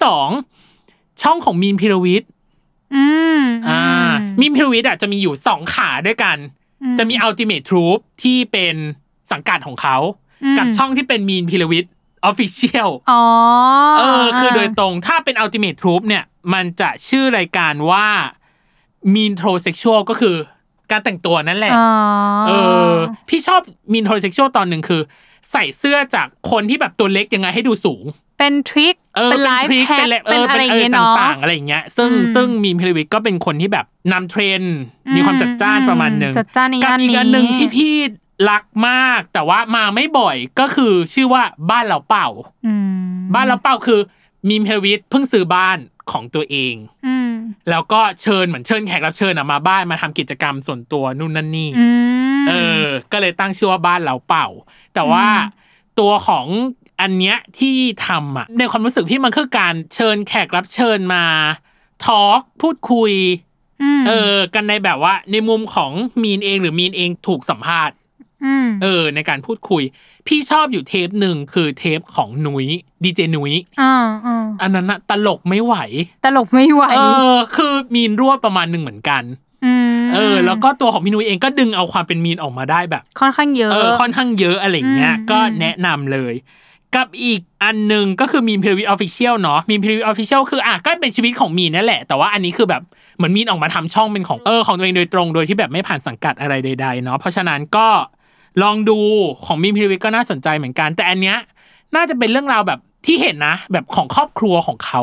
2ช่องของมีนพิรวิทย์มีนพิรวิทย์จะมีอยู่2ขาด้วยกันจะมี Ultimate Troop ที่เป็นสังกัดของเขากับช่องที่เป็นมีนพิรวิทย์ Official คือโดยตรงถ้าเป็น Ultimate Troop เนี่ยมันจะชื่อรายการว่า Meantrosexual ก็คือการแต่งตัวนั่นแหละพี่ชอบ Meantrosexual ตอนหนึ่งคือใส่เสื้อจากคนที่แบบตัวเล็กยังไงให้ดูสูงเป็นทริคเป็นไลฟ์แฮกเป็นอะไรอย่างเงี้ยต่างๆอะไรอย่างเงี้ยซึ่งมีนพิรวิทย์ก็เป็นคนที่แบบนำเทรนด์มีความจัดจ้านประมาณนึงกับอีกอันนึงที่พี่รักมากแต่ว่ามาไม่บ่อยก็คือชื่อว่าบ้านเราเป่าบ้านเราเป่าคือมีนพิรวิทย์เพิ่งซื้อบ้านของตัวเองแล้วก็เชิญแขกรับเชิญมาบ้านมาทำกิจกรรมส่วนตัวนู่นนั่นนี่ก็เลยตั้งชื่อว่าบ้านเราเป่าแต่ว่าตัวของอันเนี้ยที่ทำในความรู้สึกพี่มันคือการเชิญแขกรับเชิญมาทอล์กพูดคุยกันในแบบว่าในมุมของมีนเองหรือมีนเองถูกสัมภาษณ์ในการพูดคุยพี่ชอบอยู่เทปหนึ่งคือเทปของนุ้ยดีเจนุ้ยอันนั้นตลกไม่ไหวคือมีนรั่วประมาณนึงเหมือนกันแล้วก็ตัวของพี่นุ้ยเองก็ดึงเอาความเป็นมีนออกมาได้แบบค่อนข้างเยอะอะไรอย่างเงี้ยก็แนะนำเลยกับอีกอันนึงก็คือมีนพิรวิทย์ Official เนาะมีนพิรวิทย์ Official คือก็เป็นชีวิตของมีนนั่นแหละแต่ว่าอันนี้คือแบบเหมือนมีนออกมาทำช่องเป็นของของตัวเองโดยตรงโดยที่แบบไม่ผ่านสังกัดอะไรใดๆเนาะเพราะฉะนั้นก็ลองดูของมีนพิรวิทย์ก็น่าสนใจเหมือนกันแต่อันเนี้ยน่าจะเป็นเรื่องราวแบบที่เห็นนะแบบของครอบครัวของเขา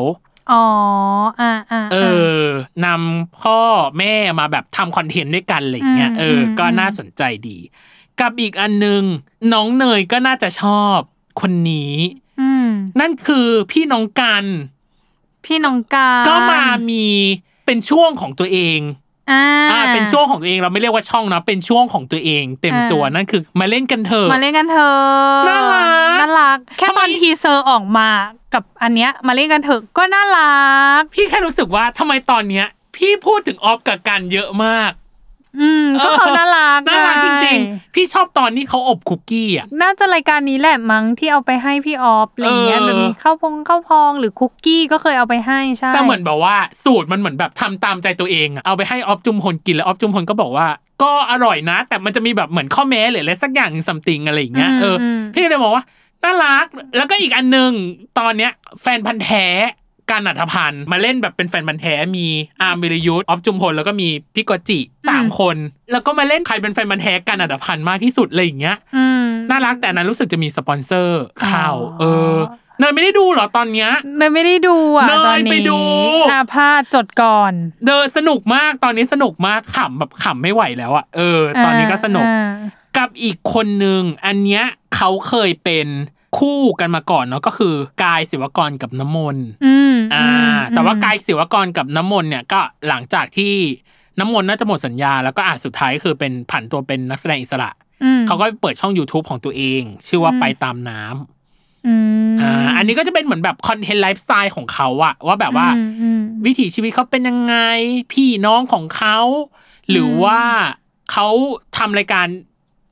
นำพ่อแม่มาแบบทำคอนเทนต์ด้วยกันอะไรอย่างเงี้ยก็น่าสนใจดีกับอีกอันนึงน้องเนยก็น่าจะชอบคนนี้นั่นคือพี่น้องกันก็มามีเป็นช่วงของตัวเองเป็นช่วงของตัวเองเราไม่เรียกว่าช่องนะเป็นช่วงของตัวเองเต็มตัวนั่นคือมาเล่นกันเถอะน่ารักแค่ตอนทีเซอร์ออกมากับอันเนี้ยมาเล่นกันเถอะก็น่ารักพี่แค่รู้สึกว่าทำไมตอนเนี้ยพี่พูดถึงออฟกับกันเยอะมากก็เขาน่ารักจริงๆพี่ชอบตอนที่เขาอบคุกกี้น่าจะรายการนี้แหละมั้งที่เอาไปให้พี่ออฟอะไรเงี้ยแบบมีข้าวพองหรือคุกกี้ก็เคยเอาไปให้ใช่แต่เหมือนแบบว่าสูตรมันเหมือนแบบทำตามใจตัวเองเอาไปให้ออฟจุมพลกินแล้วออฟจุมพลก็บอกว่าก็อร่อยนะแต่มันจะมีแบบเหมือนข้อแม้หรืออะไรสักอย่างนึงซัมติงอะไรอย่างเงี้ยพี่เลยบอกว่าน่ารักแล้วก็อีกอันนึงตอนเนี้ยแฟนพันธุ์แท้การณัฐพันธ์มาเล่นแบบเป็นแฟนพันธุ์แท้มีอาร์มวิรยุทธออฟจุมพลแล้วก็มีพี่กอจิ3คนแล้วก็มาเล่นใครเป็นแฟนพันธุ์แท้การณัฐพันธ์มากที่สุดอะไรอย่างเงี้ยน่ารักแต่นั้นรู้สึกจะมีสปอนเซอร์เข้าเนยไม่ได้ดูหรอตอนเนี้ยเนยไม่ได้ดูตอนนี้ไปดูพลาดจดก่อนสนุกมากตอนนี้สนุกมากขำแบบขำไม่ไหวแล้วตอนนี้ก็สนุกกับอีกคนนึงอันเนี้ยเขาเคยเป็นคู่กันมาก่อนเนาะก็คือกายศิวกรกับน้ำมนต์แต่ว่ากายศิวกรกับน้ำมนต์เนี่ยก็หลังจากที่น้ำมนต์น่าจะหมดสัญญาแล้วก็สุดท้ายคือเป็นผันตัวเป็นนักแสดงอิสระเขาก็เปิดช่อง YouTube ของตัวเองชื่อว่าไปตามน้ำอันนี้ก็จะเป็นเหมือนแบบคอนเทนต์ไลฟ์สไตล์ของเขาอะว่าแบบว่าวิถีชีวิตเขาเป็นยังไงพี่น้องของเขาหรือว่าเขาทำรายการ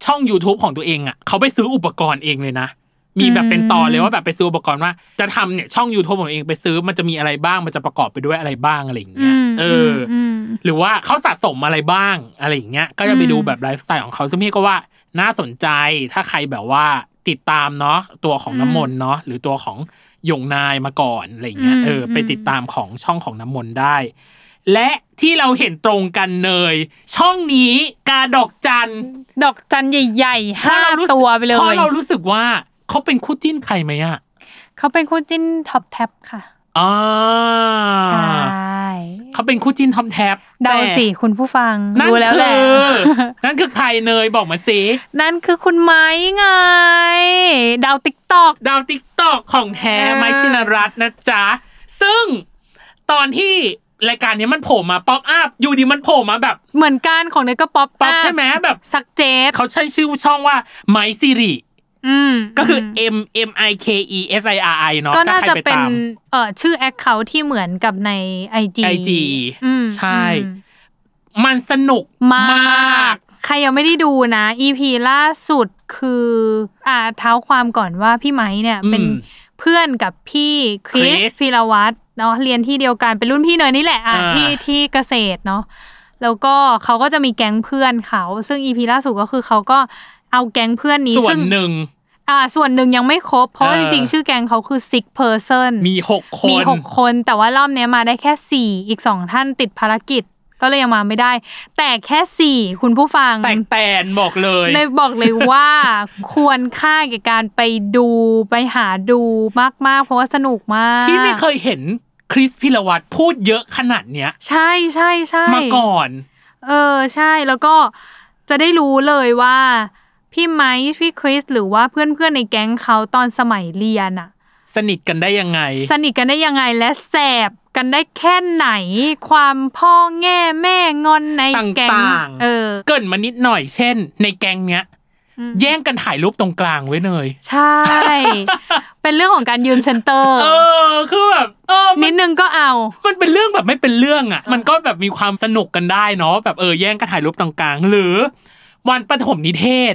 ช่อง YouTube ของตัวเองอ่ะเขาไปซื้ออุปกรณ์เองเลยนะมีแบบเป็นตอนเลยว่าแบบไปซื้ออุปกรณ์ว่าจะทำเนี่ยช่อง YouTube ของตัวเองไปซื้อมันจะมีอะไรบ้างมันจะประกอบไปด้วยอะไรบ้างอะไรอย่างเงี้ยหรือว่าเขาสะสมอะไรบ้างอะไรอย่างเงี้ยก็จะไปดูแบบไลฟ์สไตล์ของเขาซึ่งพี่ก็ว่าน่าสนใจถ้าใครแบบว่าติดตามเนาะตัวของน้ำมนต์เนาะหรือตัวของหยงนายมาก่อนอะไรอย่างเงี้ยไปติดตามของช่องของน้ำมนต์ได้และที่เราเห็นตรงกันเนยช่องนี้กาดอกจันใหญ่ๆ5ตัวไปเลยเพราะเรารู้สึกว่าเขาเป็นคู่จิ้นใครไหมอ่ะเขาเป็นคู่จิ้นท็อปแท็บค่ะใช่เขาเป็นคู่จิ้นท็อปแท็บเดาสิคุณผู้ฟังรู้แล้วแหละนั่นคือใครเนยบอกมาสินั่นคือคุณไม้ไงดาว TikTok ของแท้ไม้ชินรัตน์นะจ๊ะซึ่งตอนที่รายการนี้มันโผล่มาป๊อปอัพอยู่ดีมันโผล่มาแบบเหมือนกันของเนยก็ป๊อปใช่ไหมแบบซักเจสเขาใช้ชื่อช่องว่าไม้ซิริก็คือ MIKESIRI เนาะก็น่าจะเป็นชื่อ account ที่เหมือนกับใน IG ใช่มันสนุกมากใครยังไม่ได้ดูนะ EP ล่าสุดคือเท้าความก่อนว่าพี่ไม้เนี่ยเป็นเพื่อนกับพี่คริสศิรวัฒน์เนาะเรียนที่เดียวกันเป็นรุ่นพี่เนยนี่แหละที่เกษตรเนาะแล้วก็เขาก็จะมีแก๊งเพื่อนเขาซึ่ง EP ล่าสุดก็คือเขาก็เอาแก๊งเพื่อนนี้ส่วนหนึ่งยังไม่ครบเพราะว่าจริงๆชื่อแก๊งเขาคือ six person มี6 คนแต่ว่ารอบนี้มาได้แค่4อีก2ท่านติดภารกิจก็เลยยังมาไม่ได้แต่แค่4คุณผู้ฟังแต่บอกเลยว่าควรค่าแก่การไปดูไปหาดูมากๆเพราะว่าสนุกมากที่ไม่เคยเห็นคริสพิรวัตรพูดเยอะขนาดเนี้ยใช่มาก่อนใช่แล้วก็จะได้รู้เลยว่าพี่ไมค์พี่คริสหรือว่าเพื่อนๆในแก๊งเขาตอนสมัยเรียนอะสนิทกันได้ยังไงและแสบกันได้แค่ไหนความพ่อแง่แม่งอนในแก๊งเกินมานิดหน่อยเช่นในแก๊งเนี้ยแย่งกันถ่ายรูปตรงกลางไว้เลยใช่ เป็นเรื่องของการยืนเซ็นเตอร์คือแบบนิดนึงก็เอามันเป็นเรื่องแบบไม่เป็นเรื่องอ่ะมันก็แบบมีความสนุกกันได้เนาะแบบแย่งกันถ่ายรูปตรงกลางหรือวันประถมนิเทศ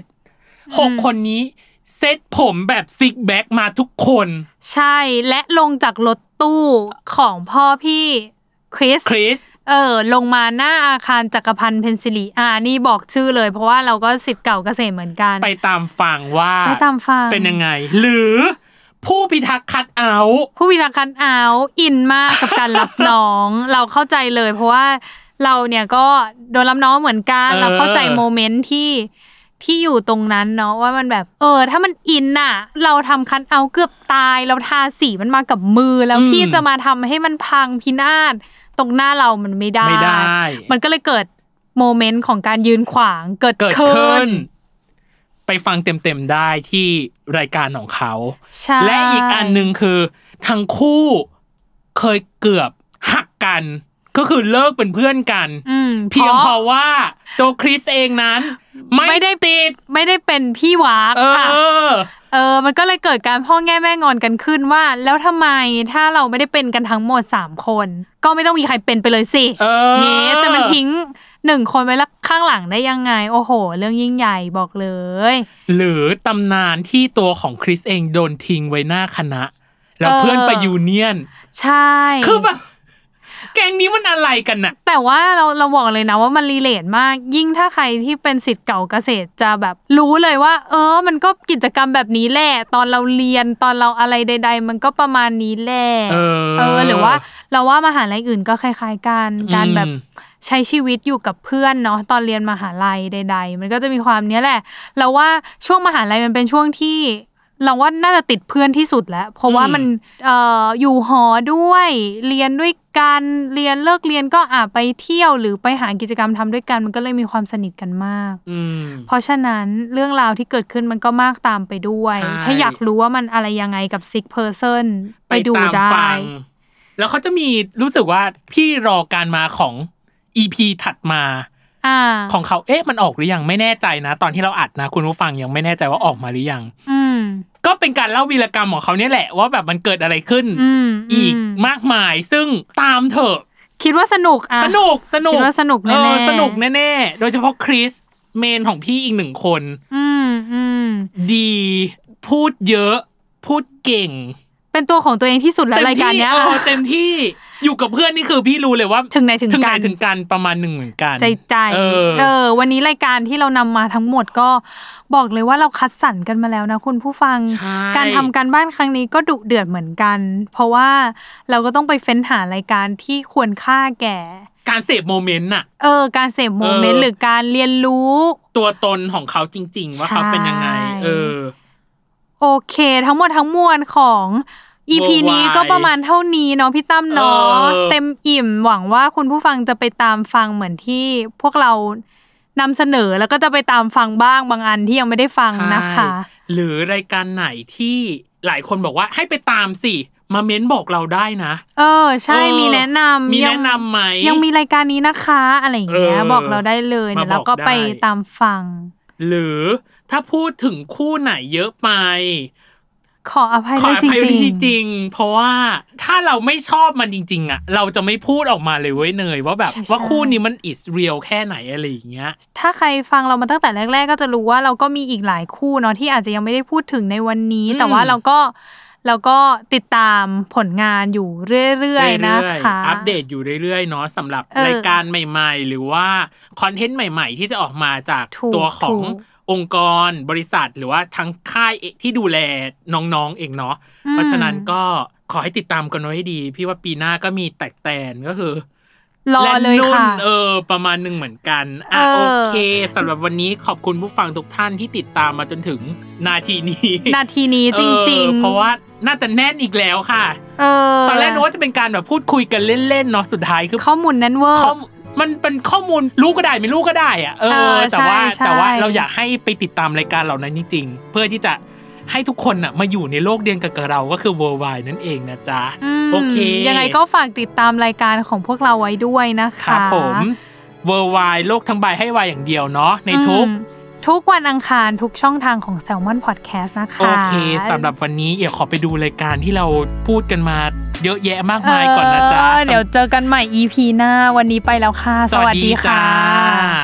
6 คนนี้เซตผมแบบซิกแบ็กมาทุกคนใช่และลงจากรถตู้ของพ่อพี่คริสลงมาหน้าอาคารจักรพันธ์เพนซิลีนี่บอกชื่อเลยเพราะว่าเราก็ศิษย์เก่าเกษตรเหมือนกันไปตามฟังว่าเป็นยังไงหรือผู้พิทักษ์คัทเอาท์อินมากกับการรับน้อง เราเข้าใจเลยเพราะว่าเราเนี่ยก็โดนรับน้องเหมือนกันเราเข้าใจโมเมนต์ที่อยู่ตรงนั้นเนาะว่ามันแบบถ้ามันอินน่ะเราทำคัทเอาท์เกือบตายเราทาสีมันมากับมือแล้วพี่จะมาทำให้มันพังพินาศตรงหน้าเรามันไม่ได้มันก็เลยเกิดโมเมนต์ของการยืนขวางเกิดขึ้นไปฟังเต็มๆได้ที่รายการของเขาและอีกอันนึงคือทั้งคู่เคยเกือบหักกันก็คือเลิกเป็นเพื่อนกันเพียงเพราะว่าตัวคริสเองนั้นไม่ได้เป็นพี่วากมันก็เลยเกิดการพ่อแง่แม่งอนกันขึ้นว่าแล้วทำไมถ้าเราไม่ได้เป็นกันทั้งหมด3 คนก็ไม่ต้องมีใครเป็นไปเลยสิจะมันทิ้ง1 คนไว้ข้างหลังได้ยังไงโอ้โหเรื่องยิ่งใหญ่บอกเลยหรือตำนานที่ตัวของคริสเองโดนทิ้งไว้หน้าคณะแล้วเพื่อนไปยูเนียนใช่คือแบบแกงนี้มันอะไรกันน่ะแต่ว่าเราบอกเลยนะว่ามันรีเลทมากยิ่งถ้าใครที่เป็นศิษย์เก่าเกษตรจะแบบรู้เลยว่ามันก็กิจกรรมแบบนี้แหละตอนเราเรียนตอนเราอะไรใดๆมันก็ประมาณนี้แหละหรือว่าเราว่ามหาลัยอื่นก็คล้ายๆกันการแบบใช้ชีวิตอยู่กับเพื่อนเนาะตอนเรียนมหาลัยใดๆมันก็จะมีความเนี้ยแหละเราว่าช่วงมหาลัยมันเป็นช่วงที่เราว่าน่าจะติดเพื่อนที่สุดแล้วเพราะว่ามันอยู่หอด้วยเรียนด้วยกันเรียนเลิกเรียนก็ไปเที่ยวหรือไปหากิจกรรมทำด้วยกันมันก็เลยมีความสนิทกันมากเพราะฉะนั้นเรื่องราวที่เกิดขึ้นมันก็มากตามไปด้วยถ้าอยากรู้ว่ามันอะไรยังไงกับ Six Person ไปดูได้แล้วเขาจะมีรู้สึกว่าพี่รอการมาของ EP ถัดมาของเขามันออกหรือยังไม่แน่ใจนะตอนที่เราอัดนะคุณผู้ฟังยังไม่แน่ใจว่าออกมาหรือยังก็เป็นการเล่าวีรกรรมของเขาเนี่ยแหละว่าแบบมันเกิดอะไรขึ้นอีกมากมายซึ่งตามเถอะคิดว่าสนุกคิดว่าสนุกแน่สนุกแน่โดยเฉพาะคริสเมนของพี่อีก1คนดีพูดเยอะพูดเก่งเป็นตัวของตัวเองที่สุดแล้วรายการเนี้ยเต็มที่อยู่กับเพื่อนนี่คือพี่รู้เลยว่าถึงไหนถึงกันประมาณ1เหมือนกันใจวันนี้รายการที่เรานำมาทั้งหมดก็บอกเลยว่าเราคัดสรรกันมาแล้วนะคุณผู้ฟังการทำการบ้านครั้งนี้ก็ดุเดือดเหมือนกันเพราะว่าเราก็ต้องไปเฟ้นหารายการที่ควรค่าแก่การเสพโมเมนต์น่ะการเสพโมเมนต์หรือการเรียนรู้ตัวตนของเขาจริงๆว่าเขาเป็นยังไงโอเคทั้งหมดทั้งมวลของ EP นี้ก็ประมาณเท่านี้เนาะพี่ตั้มเนาะเต็มอิ่มหวังว่าคุณผู้ฟังจะไปตามฟังเหมือนที่พวกเรานำเสนอแล้วก็จะไปตามฟังบ้างบางอันที่ยังไม่ได้ฟังนะคะหรือรายการไหนที่หลายคนบอกว่าให้ไปตามสิมาเม้นบอกเราได้นะใช่มีแนะนำไหมยังมีรายการนี้นะคะอะไรอย่างเงี้ยบอกเราได้เลยเดี๋ยวเราก็ไปตามฟังหรือถ้าพูดถึงคู่ไหนเยอะไปขออภัยด้วยจริงๆเพราะว่าถ้าเราไม่ชอบมันจริงๆอ่ะเราจะไม่พูดออกมาเลยเว้ยเนยว่าแบบว่าคู่นี้มัน is real แค่ไหนอะไรอย่างเงี้ยถ้าใครฟังเรามาตั้งแต่แรกๆก็จะรู้ว่าเราก็มีอีกหลายคู่เนาะที่อาจจะยังไม่ได้พูดถึงในวันนี้แต่ว่าเราก็ติดตามผลงานอยู่เรื่อยๆนะคะอัปเดตอยู่เรื่อยๆเนาะสำหรับรายการใหม่ๆหรือว่าคอนเทนต์ใหม่ๆที่จะออกมาจากตัวขององค์กรบริษัทหรือว่าทั้งค่ายที่ดูแลน้องๆเองเนาะเพราะฉะนั้นก็ขอให้ติดตามกันไว้ให้ดีพี่ว่าปีหน้าก็มีแตกแตนก็คือรอเลยค่ะประมาณนึงเหมือนกันโอเคสำหรับวันนี้ขอบคุณผู้ฟังทุกท่านที่ติดตามมาจนถึงนาทีนี้จริงๆเพราะว่าน่าจะแน่นอีกแล้วค่ะตอนแรกนึกว่าจะเป็นการแบบพูดคุยกันเล่นๆเนาะสุดท้ายคือข้อมูลนั้นเวอร์มันเป็นข้อมูลรู้ก็ได้ไม่รู้ก็ได้อ่ะแต่ว่าเราอยากให้ไปติดตามรายการเหล่านั้นจริงๆเพื่อที่จะให้ทุกคนน่ะมาอยู่ในโลกเดียวกันกับเราก็คือ Worldwide นั่นเองนะจ๊ะโอเคยังไงก็ฝากติดตามรายการของพวกเราไว้ด้วยนะคะครับผม Worldwide โลกทั้งใบให้วายอย่างเดียวเนาะในทุกวันอังคารทุกช่องทางของ Salmon Podcast นะคะโอเคสำหรับวันนี้เดี๋ยวขอไปดูรายการที่เราพูดกันมาเยอะแยะมากมายก่อนนะจ๊ะเดี๋ยวเจอกันใหม่ EP หน้าวันนี้ไปแล้วค่ะสวัสดีค่ะ